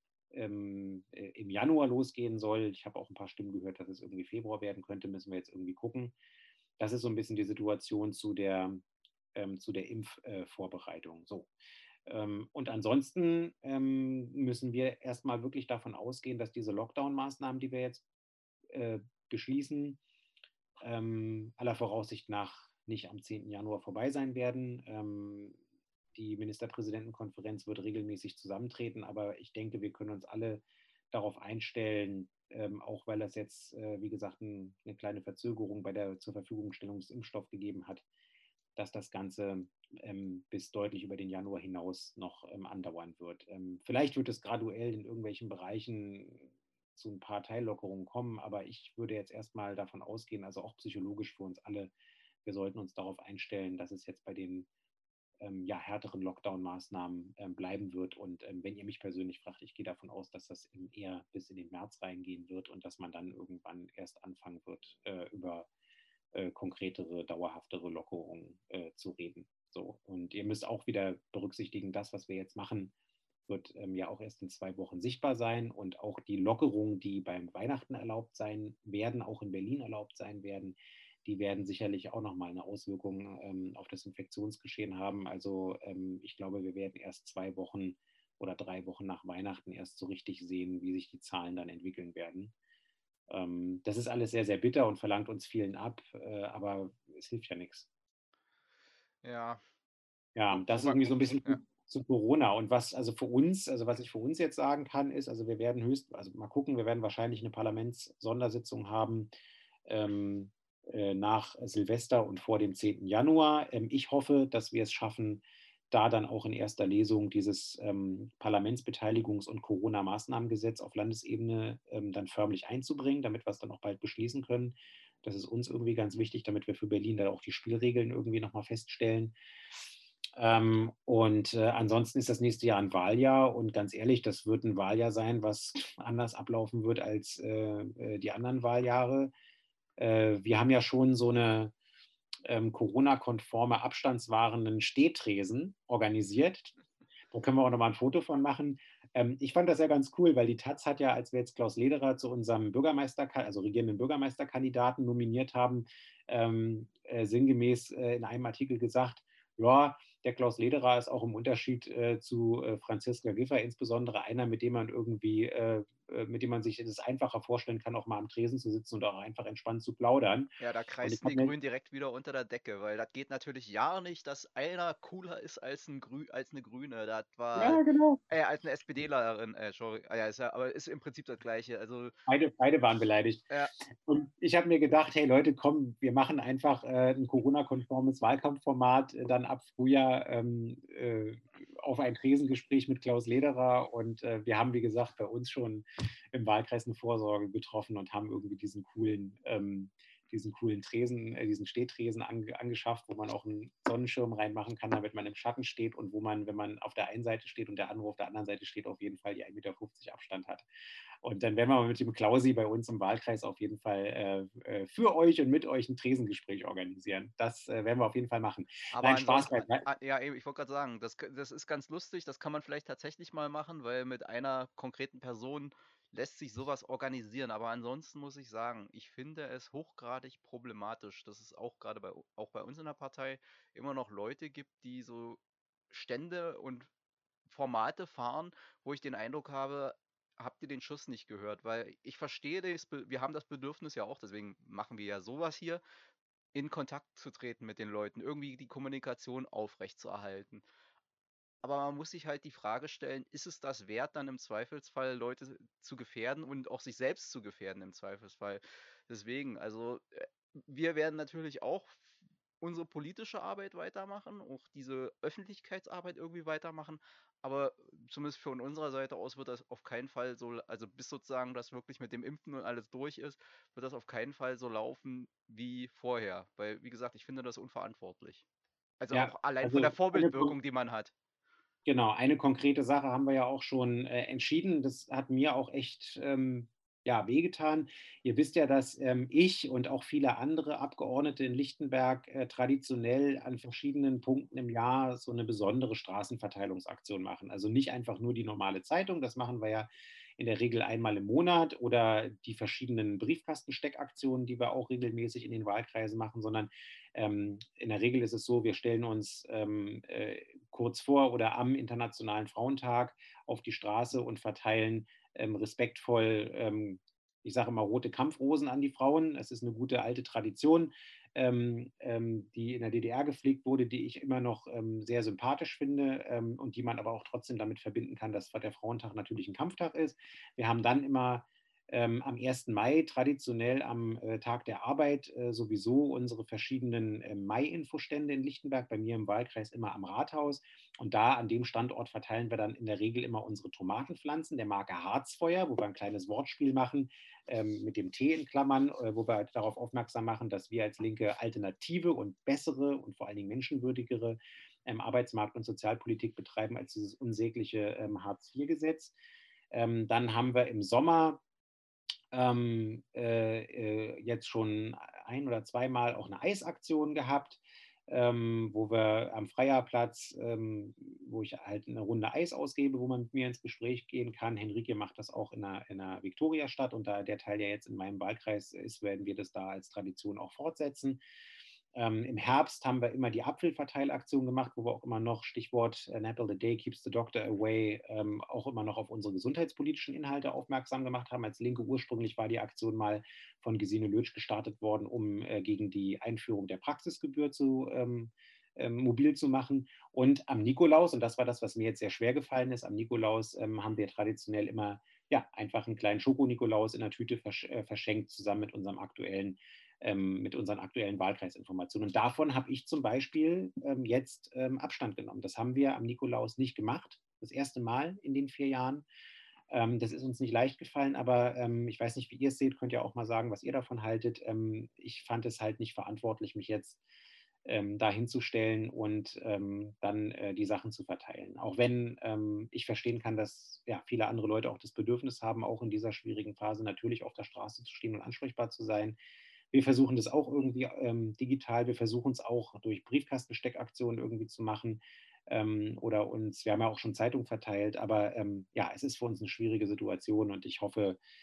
ähm, äh, im Januar losgehen soll. Ich habe auch ein paar Stimmen gehört, dass es irgendwie Februar werden könnte. Müssen wir jetzt irgendwie gucken. Das ist so ein bisschen die Situation zu der, ähm, zu der Impfvorbereitung. Äh, so. Ähm, und ansonsten ähm, müssen wir erstmal wirklich davon ausgehen, dass diese Lockdown-Maßnahmen, die wir jetzt äh, beschließen, ähm, aller Voraussicht nach nicht am zehnten Januar vorbei sein werden. Ähm, die Ministerpräsidentenkonferenz wird regelmäßig zusammentreten, aber ich denke, wir können uns alle darauf einstellen, ähm, auch weil es jetzt, äh, wie gesagt, ein, eine kleine Verzögerung bei der zur Verfügungstellung des Impfstoffs gegeben hat, dass das Ganze ähm, bis deutlich über den Januar hinaus noch ähm, andauern wird. Ähm, vielleicht wird es graduell in irgendwelchen Bereichen zu ein paar Teillockerungen kommen, aber ich würde jetzt erstmal davon ausgehen, also auch psychologisch für uns alle, wir sollten uns darauf einstellen, dass es jetzt bei den ähm, ja, härteren Lockdown-Maßnahmen ähm, bleiben wird. Und ähm, wenn ihr mich persönlich fragt, ich gehe davon aus, dass das eher bis in den März reingehen wird und dass man dann irgendwann erst anfangen wird, äh, über äh, konkretere, dauerhaftere Lockerungen äh, zu reden. So. Und ihr müsst auch wieder berücksichtigen, das, was wir jetzt machen, wird ähm, ja auch erst in zwei Wochen sichtbar sein und auch die Lockerungen, die beim Weihnachten erlaubt sein werden, auch in Berlin erlaubt sein werden, die werden sicherlich auch nochmal eine Auswirkung ähm, auf das Infektionsgeschehen haben. Also ähm, ich glaube, wir werden erst zwei Wochen oder drei Wochen nach Weihnachten erst so richtig sehen, wie sich die Zahlen dann entwickeln werden. Ähm, das ist alles sehr, sehr bitter und verlangt uns vielen ab, äh, aber es hilft ja nichts. Ja, Ja, wo, wo das ist wir, irgendwie so ein bisschen ja, zu, zu Corona. Und was also für uns, also was ich für uns jetzt sagen kann, ist, also wir werden höchst, also mal gucken, wir werden wahrscheinlich eine Parlamentssondersitzung haben ähm, äh, nach Silvester und vor dem zehnten Januar. Ähm, ich hoffe, dass wir es schaffen, da dann auch in erster Lesung dieses ähm, Parlamentsbeteiligungs- und Corona-Maßnahmengesetz auf Landesebene ähm, dann förmlich einzubringen, damit wir es dann auch bald beschließen können. Das ist uns irgendwie ganz wichtig, damit wir für Berlin dann auch die Spielregeln irgendwie nochmal feststellen. Ähm, und äh, ansonsten ist das nächste Jahr ein Wahljahr und ganz ehrlich, das wird ein Wahljahr sein, was anders ablaufen wird als äh, äh, die anderen Wahljahre. Äh, wir haben ja schon so eine ähm, Corona-konforme abstandswahrenden Stehtresen organisiert. Da können wir auch nochmal ein Foto von machen. Ähm, ich fand das ja ganz cool, weil die Taz hat ja, als wir jetzt Klaus Lederer zu unserem Bürgermeister, also regierenden Bürgermeisterkandidaten nominiert haben, ähm, äh, sinngemäß äh, in einem Artikel gesagt, ja, der Klaus Lederer ist auch im Unterschied äh, zu äh, Franziska Giffey insbesondere einer, mit dem man irgendwie, äh, äh, mit dem man sich das einfacher vorstellen kann, auch mal am Tresen zu sitzen und auch einfach entspannt zu plaudern. Ja, da Und ich kreisten die habe mir, Grünen direkt wieder unter der Decke, weil das geht natürlich ja nicht, dass einer cooler ist als ein Grü als 'ne Grüne. Das war ja genau, äh, als 'ne SPDlerin, äh, sorry. Ah ja, ist ja aber ist im Prinzip das Gleiche. Also, beide, beide waren beleidigt. ja, Und ich habe mir gedacht, hey Leute, komm, wir machen einfach äh, ein Corona-konformes Wahlkampfformat äh, dann ab Frühjahr ähm, äh, auf ein Tresengespräch mit Klaus Lederer. Und äh, wir haben, wie gesagt, bei uns schon im Wahlkreis eine Vorsorge getroffen und haben irgendwie diesen coolen, ähm, diesen coolen Tresen, äh, diesen Stehtresen ange angeschafft, wo man auch einen Sonnenschirm reinmachen kann, damit man im Schatten steht und wo man, wenn man auf der einen Seite steht und der andere auf der anderen Seite steht, auf jeden Fall die ein Meter fünfzig Abstand hat. Und dann werden wir mit dem Klausi bei uns im Wahlkreis auf jeden Fall äh, äh, für euch und mit euch ein Tresengespräch organisieren. Das äh, werden wir auf jeden Fall machen. aber Nein, Spaß ansonsten beiseite. a ja, eben, ich wollte grad sagen, das k das ist ganz lustig, das kann man vielleicht tatsächlich mal machen, weil mit einer konkreten Person lässt sich so was organisieren. Aber ansonsten muss ich sagen, ich finde es hochgradig problematisch, dass es auch grade bei u auch bei uns in der Partei immer noch Leute gibt, die so Stände und Formate fahren, wo ich den Eindruck habe: „Habt ihr den Schuss nicht gehört?“ Weil ich verstehe das Be wir haben das Bedürfnis ja auch, deswegen machen wir ja so was hier, in Kontakt zu treten mit den Leuten, irgendwie die Kommunikation aufrechtzuerhalten. Aber man muss sich halt die Frage stellen: Ist es das wert, dann im Zweifelsfall Leute zu gefährden und auch sich selbst zu gefährden im Zweifelsfall? Deswegen, also, äh, wir werden natürlich auch unsere politische Arbeit weitermachen, auch diese Öffentlichkeitsarbeit irgendwie weitermachen, aber zumindest von unserer Seite aus wird das auf keinen Fall so, also, bis sozusagen das wirklich mit dem Impfen und alles durch ist, wird das auf keinen Fall so laufen wie vorher. Weil, wie gesagt, ich finde das unverantwortlich. Also, Ja, auch allein von der also eine, Vorbildwirkung, die man hat. genau, eine konkrete Sache haben wir ja auch schon äh, entschieden. Das hat mir auch echt ähm, ja, wehgetan. Ihr wisst ja, dass ähm, ich und auch viele andere Abgeordnete in Lichtenberg äh, traditionell an verschiedenen Punkten im Jahr so eine besondere Straßenverteilungsaktion machen. Also nicht einfach nur die normale Zeitung, das machen wir ja in der Regel einmal im Monat oder die verschiedenen Briefkastensteckaktionen, die wir auch regelmäßig in den Wahlkreisen machen, sondern ähm, in der Regel ist es so, wir stellen uns ähm, äh, kurz vor oder am Internationalen Frauentag auf die Straße und verteilen ähm, respektvoll, ähm, ich sage immer, rote Kampfrosen an die Frauen. Es ist eine gute alte Tradition, ähm, ähm, die in der D D R gepflegt wurde, die ich immer noch ähm, sehr sympathisch finde ähm, und die man aber auch trotzdem damit verbinden kann, dass der Frauentag natürlich ein Kampftag ist. Wir haben dann immer ähm, am ersten Mai traditionell am äh, Tag der Arbeit äh, sowieso unsere verschiedenen äh, Mai-Infostände in Lichtenberg, bei mir im Wahlkreis immer am Rathaus. Und da an dem Standort verteilen wir dann in der Regel immer unsere Tomatenpflanzen der Marke Harzfeuer, wo wir ein kleines Wortspiel machen ähm, mit dem T in Klammern, äh, wo wir darauf aufmerksam machen, dass wir als Linke alternative und bessere und vor allen Dingen menschenwürdigere ähm, Arbeitsmarkt- und Sozialpolitik betreiben als dieses unsägliche ähm, Hartz-vier-Gesetz. Ähm, dann haben wir im Sommer ähm, äh, äh, jetzt schon ein oder zweimal auch eine Eisaktion gehabt, ähm, wo wir am Freierplatz, ähm, wo ich halt eine Runde Eis ausgebe, wo man mit mir ins Gespräch gehen kann. Henrike macht das auch in der, in der Viktoriastadt und da der Teil ja jetzt in meinem Wahlkreis ist, werden wir das da als Tradition auch fortsetzen. Ähm, Im Herbst haben wir immer die Apfelverteilaktion gemacht, wo wir auch immer noch, Stichwort An Apple a Day keeps the doctor away, ähm, auch immer noch auf unsere gesundheitspolitischen Inhalte aufmerksam gemacht haben. Als Linke ursprünglich war die Aktion mal von Gesine Lötsch gestartet worden, um äh, gegen die Einführung der Praxisgebühr zu ähm, ähm, mobil zu machen. Und am Nikolaus, und das war das, was mir jetzt sehr schwer gefallen ist, am Nikolaus ähm, haben wir traditionell immer ja, einfach einen kleinen Schoko-Nikolaus in der Tüte versch äh, verschenkt, zusammen mit unserem aktuellen ähm, mit unseren aktuellen Wahlkreisinformationen. Und davon habe ich zum Beispiel ähm, jetzt ähm, Abstand genommen. Das haben wir am Nikolaus nicht gemacht, das erste Mal in den vier Jahren. Ähm, das ist uns nicht leicht gefallen, aber ähm, ich weiß nicht, wie ihr es seht, könnt ihr auch mal sagen, was ihr davon haltet. Ähm, ich fand es halt nicht verantwortlich, mich jetzt ähm, da hinzustellen und ähm, dann äh, die Sachen zu verteilen. Auch wenn ähm, ich verstehen kann, dass ja, viele andere Leute auch das Bedürfnis haben, auch in dieser schwierigen Phase natürlich auf der Straße zu stehen und ansprechbar zu sein. Wir versuchen das auch irgendwie ähm, digital. Wir versuchen es auch durch Briefkastensteckaktionen irgendwie zu machen. Ähm, oder uns, wir haben ja auch schon Zeitung verteilt, aber ähm, ja, es ist für uns eine schwierige Situation und ich hoffe,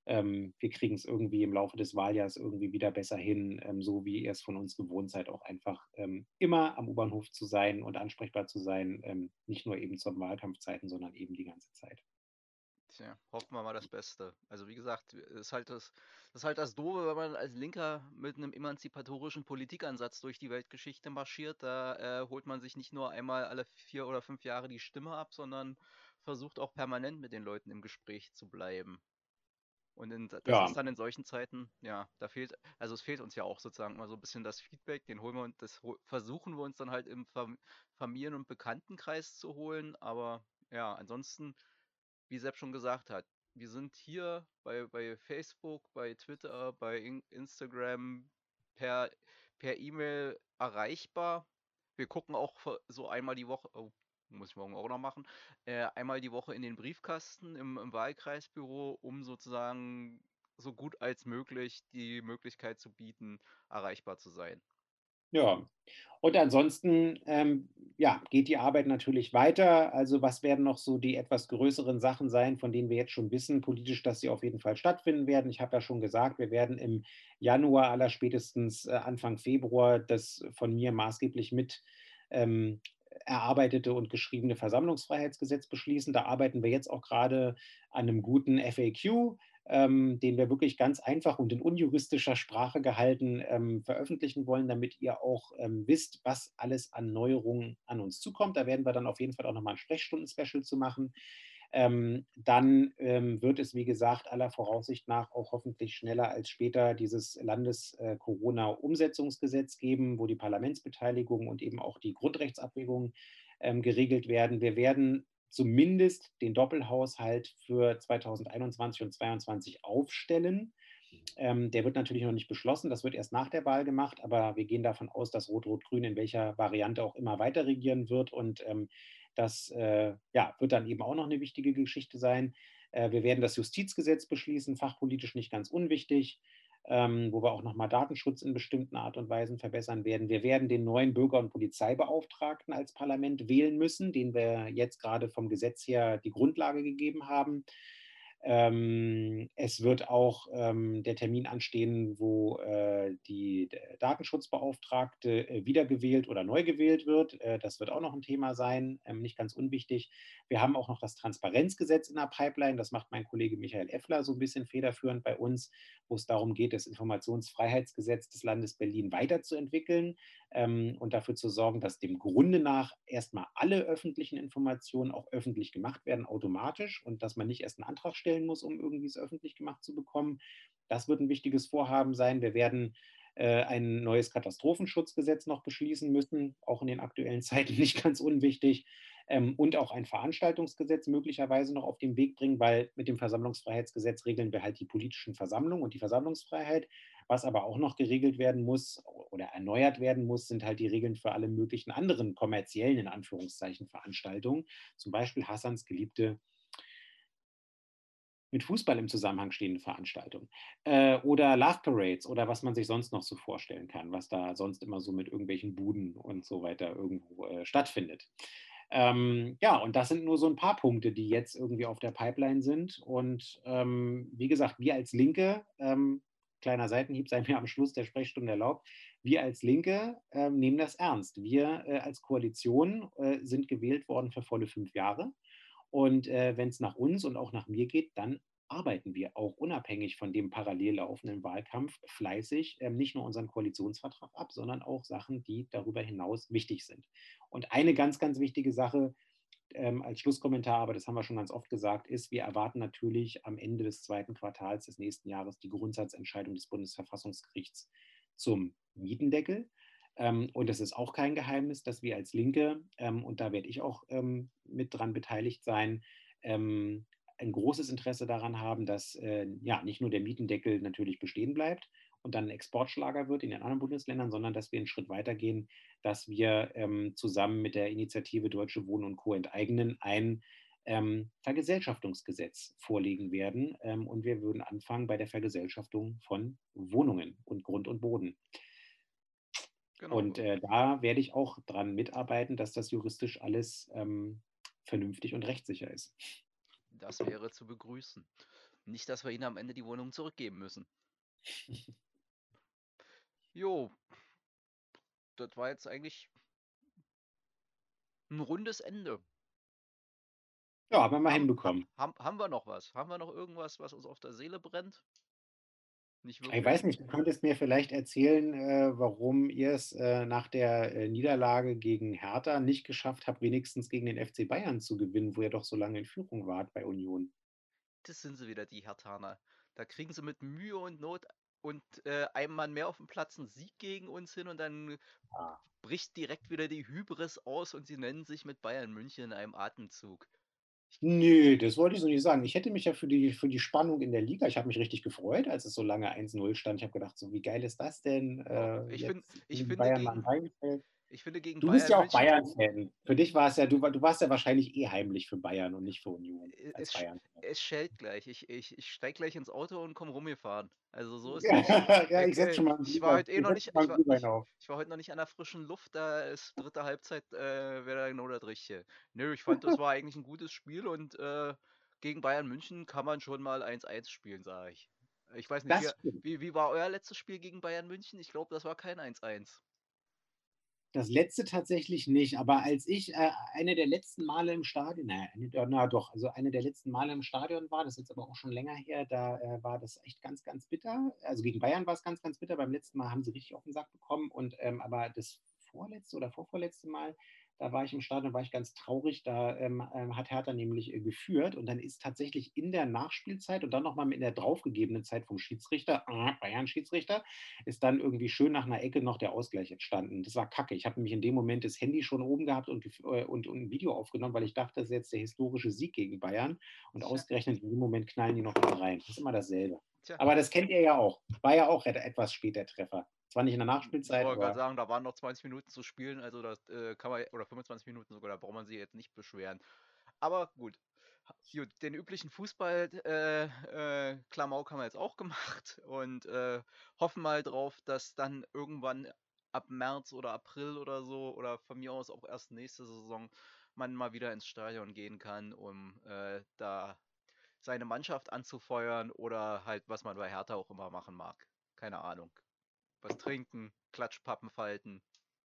ähm, wir kriegen es irgendwie im Laufe des Wahljahres irgendwie wieder besser hin, ähm, so wie ihr es von uns gewohnt seid, auch einfach ähm, immer am U-Bahnhof zu sein und ansprechbar zu sein, ähm, nicht nur eben zu Wahlkampfzeiten, sondern eben die ganze Zeit. Tja, hoffen wir mal das Beste. Also wie gesagt, ist halt das, das ist halt das Doofe, wenn man als Linker mit einem emanzipatorischen Politikansatz durch die Weltgeschichte marschiert. Da äh, holt man sich nicht nur einmal alle vier oder fünf Jahre die Stimme ab, sondern versucht auch permanent mit den Leuten im Gespräch zu bleiben. Und in, das Ja, ist dann in solchen Zeiten, ja, da fehlt, also es fehlt uns ja auch sozusagen mal so ein bisschen das Feedback, den holen wir uns, das hol- versuchen wir uns dann halt im Fam Familien- und Bekanntenkreis zu holen, aber ja, ansonsten, wie Sepp schon gesagt hat, wir sind hier bei, bei Facebook, bei Twitter, bei In Instagram per, per E-Mail erreichbar. Wir gucken auch ver- so einmal die Woche, oh, muss ich morgen auch noch machen, äh, einmal die Woche in den Briefkasten im, im Wahlkreisbüro, um sozusagen so gut als möglich die Möglichkeit zu bieten, erreichbar zu sein. ja. Und ansonsten, ähm, ja, geht die Arbeit natürlich weiter. Also, was werden noch so die etwas größeren Sachen sein, von denen wir jetzt schon wissen politisch, dass sie auf jeden Fall stattfinden werden? Ich habe ja schon gesagt, wir werden im Januar, allerspätestens, äh, Anfang Februar das von mir maßgeblich mit, ähm, erarbeitete und geschriebene Versammlungsfreiheitsgesetz beschließen. Da arbeiten wir jetzt auch gerade an einem guten F A Q, ähm, den wir wirklich ganz einfach und in unjuristischer Sprache gehalten ähm, veröffentlichen wollen, damit ihr auch ähm, wisst, was alles an Neuerungen an uns zukommt. Da werden wir dann auf jeden Fall auch nochmal ein Sprechstunden-Special zu machen. Ähm, dann ähm, wird es, wie gesagt, aller Voraussicht nach auch hoffentlich schneller als später dieses Landes-Corona-Umsetzungsgesetz geben, wo die Parlamentsbeteiligung und eben auch die Grundrechtsabwägungen ähm, geregelt werden. Wir werden zumindest den Doppelhaushalt für zweitausendeinundzwanzig und zweitausendzweiundzwanzig aufstellen. Ähm, der wird natürlich noch nicht beschlossen, das wird erst nach der Wahl gemacht, aber wir gehen davon aus, dass Rot-Rot-Grün in welcher Variante auch immer weiter regieren wird und ähm, das äh, ja, wird dann eben auch noch eine wichtige Geschichte sein. Äh, wir werden das Justizgesetz beschließen, fachpolitisch nicht ganz unwichtig, ähm, wo wir auch nochmal Datenschutz in bestimmten Art und Weisen verbessern werden. Wir werden den neuen Bürger- und Polizeibeauftragten als Parlament wählen müssen, den wir jetzt gerade vom Gesetz her die Grundlage gegeben haben. Ähm, es wird auch ähm, der Termin anstehen, wo äh, die Datenschutzbeauftragte äh, wiedergewählt oder neu gewählt wird. Äh, das wird auch noch ein Thema sein, ähm, nicht ganz unwichtig. Wir haben auch noch das Transparenzgesetz in der Pipeline. Das macht mein Kollege Michael Effler so ein bisschen federführend bei uns, wo es darum geht, das Informationsfreiheitsgesetz des Landes Berlin weiterzuentwickeln ähm, und dafür zu sorgen, dass dem Grunde nach erstmal alle öffentlichen Informationen auch öffentlich gemacht werden, automatisch und dass man nicht erst einen Antrag stellen muss, um irgendwie es öffentlich gemacht zu bekommen. Das wird ein wichtiges Vorhaben sein. Wir werden äh, ein neues Katastrophenschutzgesetz noch beschließen müssen, auch in den aktuellen Zeiten nicht ganz unwichtig. Ähm, und auch ein Veranstaltungsgesetz möglicherweise noch auf den Weg bringen, weil mit dem Versammlungsfreiheitsgesetz regeln wir halt die politischen Versammlungen und die Versammlungsfreiheit. Was aber auch noch geregelt werden muss oder erneuert werden muss, sind halt die Regeln für alle möglichen anderen kommerziellen, in Anführungszeichen, Veranstaltungen. Zum Beispiel Hassans geliebte mit Fußball im Zusammenhang stehende Veranstaltungen. Äh, oder Love Parades oder was man sich sonst noch so vorstellen kann, was da sonst immer so mit irgendwelchen Buden und so weiter irgendwo äh, stattfindet. Ähm, ja, und das sind nur so ein paar Punkte, die jetzt irgendwie auf der Pipeline sind. Und ähm, wie gesagt, wir als Linke, ähm, kleiner Seitenhieb sei mir am Schluss der Sprechstunde erlaubt, wir als Linke äh, nehmen das ernst. Wir äh, als Koalition äh, sind gewählt worden für volle fünf Jahre. Und äh, wenn es nach uns und auch nach mir geht, dann arbeiten wir auch unabhängig von dem parallel laufenden Wahlkampf fleißig ähm, nicht nur unseren Koalitionsvertrag ab, sondern auch Sachen, die darüber hinaus wichtig sind. Und eine ganz, ganz wichtige Sache ähm, als Schlusskommentar, aber das haben wir schon ganz oft gesagt, ist, wir erwarten natürlich am Ende des zweiten Quartals des nächsten Jahres die Grundsatzentscheidung des Bundesverfassungsgerichts zum Mietendeckel. Ähm, und es ist auch kein Geheimnis, dass wir als Linke, ähm, und da werde ich auch ähm, mit dran beteiligt sein, ähm, ein großes Interesse daran haben, dass äh, ja nicht nur der Mietendeckel natürlich bestehen bleibt und dann ein Exportschlager wird in den anderen Bundesländern, sondern dass wir einen Schritt weitergehen, dass wir ähm, zusammen mit der Initiative Deutsche Wohnen und Co. enteignen ein ähm, Vergesellschaftungsgesetz vorlegen werden. Ähm, und wir würden anfangen bei der Vergesellschaftung von Wohnungen und Grund und Boden. Und Genau, äh, da werde ich auch dran mitarbeiten, dass das juristisch alles ähm, vernünftig und rechtssicher ist. das wäre zu begrüßen. Nicht, dass wir ihnen am Ende die Wohnung zurückgeben müssen. Jo, das war jetzt eigentlich ein rundes Ende. Ja, haben wir mal Haben, ha, hinbekommen. haben, haben wir noch was? Haben wir noch irgendwas, was uns auf der Seele brennt? Nicht Ich wirklich. weiß nicht, du könntest mir vielleicht erzählen, äh, warum ihr es äh, nach der äh, Niederlage gegen Hertha nicht geschafft habt, wenigstens gegen den F C Bayern zu gewinnen, wo ihr doch so lange in Führung wart bei Union. Das sind sie wieder, die Herthaner. Da kriegen sie mit Mühe und Not und äh, einem Mann mehr auf dem Platz einen Sieg gegen uns hin und dann Ah. bricht direkt wieder die Hybris aus und sie nennen sich mit Bayern München in einem Atemzug. Ich, Nö, das wollte ich so nicht sagen. Ich hätte mich ja für die, für die Spannung in der Liga, ich habe mich richtig gefreut, als es so lange eins null stand. Ich habe gedacht, so wie geil ist das denn? oh, Äh, ich, find, jetzt ich gegen finde Bayern mal ein gegen Bein gestellt. ich finde gegen Du bist Bayern ja auch München Bayern-Fan. Für dich war es ja, du, war- du warst ja wahrscheinlich eh heimlich für Bayern und nicht für Union äh, als es, sch- Bayern-Fan. es schellt gleich. Ich, ich, ich steig gleich ins Auto und komm rumgefahren. Also so ist nicht. Ja, Ich, ich setze äh, schon mal einen ich war Glühwein, heute eh ich noch setz nicht, schon mal ich einen war, Glühwein ich, auf. ich war heute noch nicht an der frischen Luft, da ist dritte Halbzeit, äh, wäre da genau das Richtige. Nö, ich fand, das war eigentlich ein gutes Spiel und äh, gegen Bayern München kann man schon mal eins eins spielen, sage ich. Ich weiß nicht, wie, Das stimmt. wie, wie war euer letztes Spiel gegen Bayern München? Ich glaube, das war kein eins eins. Das letzte tatsächlich nicht, aber als ich äh, eine der letzten Male im Stadion, naja, eine, na doch, also eine der letzten Male im Stadion war, das ist jetzt aber auch schon länger her, da äh, war das echt ganz, ganz bitter. Also gegen Bayern war es ganz, ganz bitter. Beim letzten Mal haben sie richtig auf den Sack bekommen und ähm, aber das vorletzte oder vorvorletzte Mal, da war ich im Stadion, war ich ganz traurig. Da ähm, ähm, hat Hertha nämlich äh, geführt und dann ist tatsächlich in der Nachspielzeit und dann nochmal in der draufgegebenen Zeit vom Schiedsrichter, äh, Bayern-Schiedsrichter, ist dann irgendwie schön nach einer Ecke noch der Ausgleich entstanden. Das war kacke. Ich habe nämlich in dem Moment das Handy schon oben gehabt und, äh, und, und ein Video aufgenommen, weil ich dachte, das ist jetzt der historische Sieg gegen Bayern. Und Tja, ausgerechnet in dem Moment knallen die noch alle rein. Das ist immer dasselbe. tja. Aber das kennt ihr ja auch. War ja auch etwas später Treffer. Zwar nicht in der Ich Nachspielzeit, wollte gerade aber sagen, da waren noch zwanzig Minuten zu spielen, also das äh, kann man, oder fünfundzwanzig Minuten sogar, da braucht man sich jetzt nicht beschweren. Aber gut. Gut, den üblichen Fußball, äh, äh, Klamauk haben wir jetzt auch gemacht und äh, hoffen mal drauf, dass dann irgendwann ab März oder April oder so oder von mir aus auch erst nächste Saison man mal wieder ins Stadion gehen kann, um äh, da seine Mannschaft anzufeuern oder halt, was man bei Hertha auch immer machen mag. Keine Ahnung. Was trinken, Klatschpappen falten,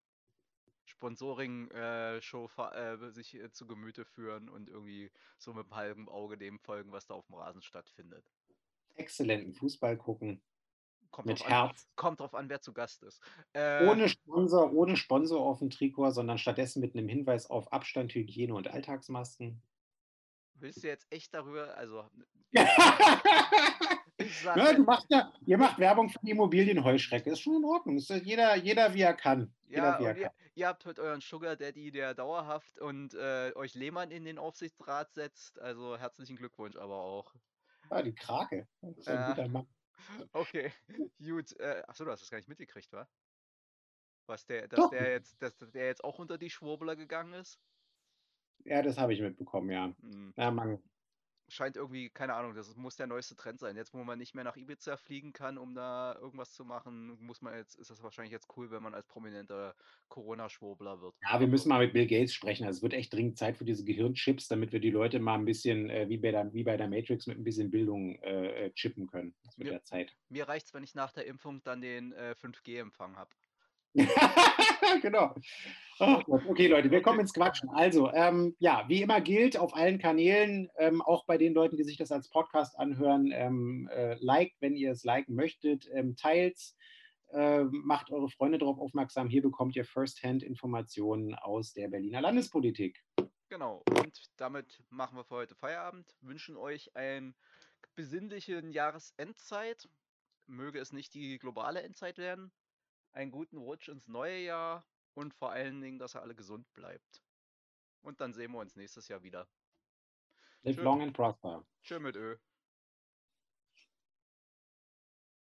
Sponsoring-Show äh, sich äh, zu Gemüte führen und irgendwie so mit einem halben Auge dem folgen, was da auf dem Rasen stattfindet. exzellenten Fußball gucken Kommt drauf mit an, Herz. kommt drauf an, wer zu Gast ist. Äh, Ohne Sponsor, ohne Sponsor auf dem Trikot, sondern stattdessen mit einem Hinweis auf Abstand, Hygiene und Alltagsmasken. willst du jetzt echt darüber, also keine Ahnung. Ich sag Ne, ja, du machst ja, ihr ich, macht Werbung für die Immobilienheuschrecke. Ist schon in Ordnung. Ist ja jeder, jeder wie er kann. Jeder ja, wie er und ihr, kann. ihr habt heute euren Sugar Daddy, der dauerhaft und äh, euch Lehmann in den Aufsichtsrat setzt. Also herzlichen Glückwunsch aber auch. Ah, die Krake. Das ist ein Äh, guter Mann. okay, gut. Äh, achso, du hast das gar nicht mitgekriegt, wa? Was der, dass Doch, der jetzt, dass der jetzt auch unter die Schwurbler gegangen ist? ja, das habe ich mitbekommen, ja. Hm. Ja, Mann. Scheint irgendwie, keine Ahnung, das muss der neueste Trend sein. Jetzt, wo man nicht mehr nach Ibiza fliegen kann, um da irgendwas zu machen, muss man jetzt, ist das wahrscheinlich jetzt cool, wenn man als prominenter Corona-Schwurbler wird. Ja, wir müssen mal mit Bill Gates sprechen. Also es wird echt dringend Zeit für diese Gehirnchips, damit wir die Leute mal ein bisschen, äh, wie, bei der, wie bei der Matrix, mit ein bisschen Bildung äh, äh, chippen können. Das wird Mir, ja Zeit. mir reicht's, wenn ich nach der Impfung dann den äh, fünf G-Empfang habe. Genau. Ach Gott. Okay, Leute, wir kommen Okay. ins Quatschen. Also, ähm, ja, wie immer gilt auf allen Kanälen, ähm, auch bei den Leuten, die sich das als Podcast anhören, ähm, äh, liked, wenn ihr es liken möchtet, ähm, teilt, äh, macht eure Freunde darauf aufmerksam. Hier bekommt ihr First-Hand-Informationen aus der Berliner Landespolitik. Genau. Und damit machen wir für heute Feierabend. Wünschen euch einen besinnlichen Jahresendzeit. Möge es nicht die globale Endzeit werden. Einen guten Rutsch ins neue Jahr und vor allen Dingen, dass ihr alle gesund bleibt. Und dann sehen wir uns nächstes Jahr wieder. Live Tschö, long and prosper. tschö mit Ö.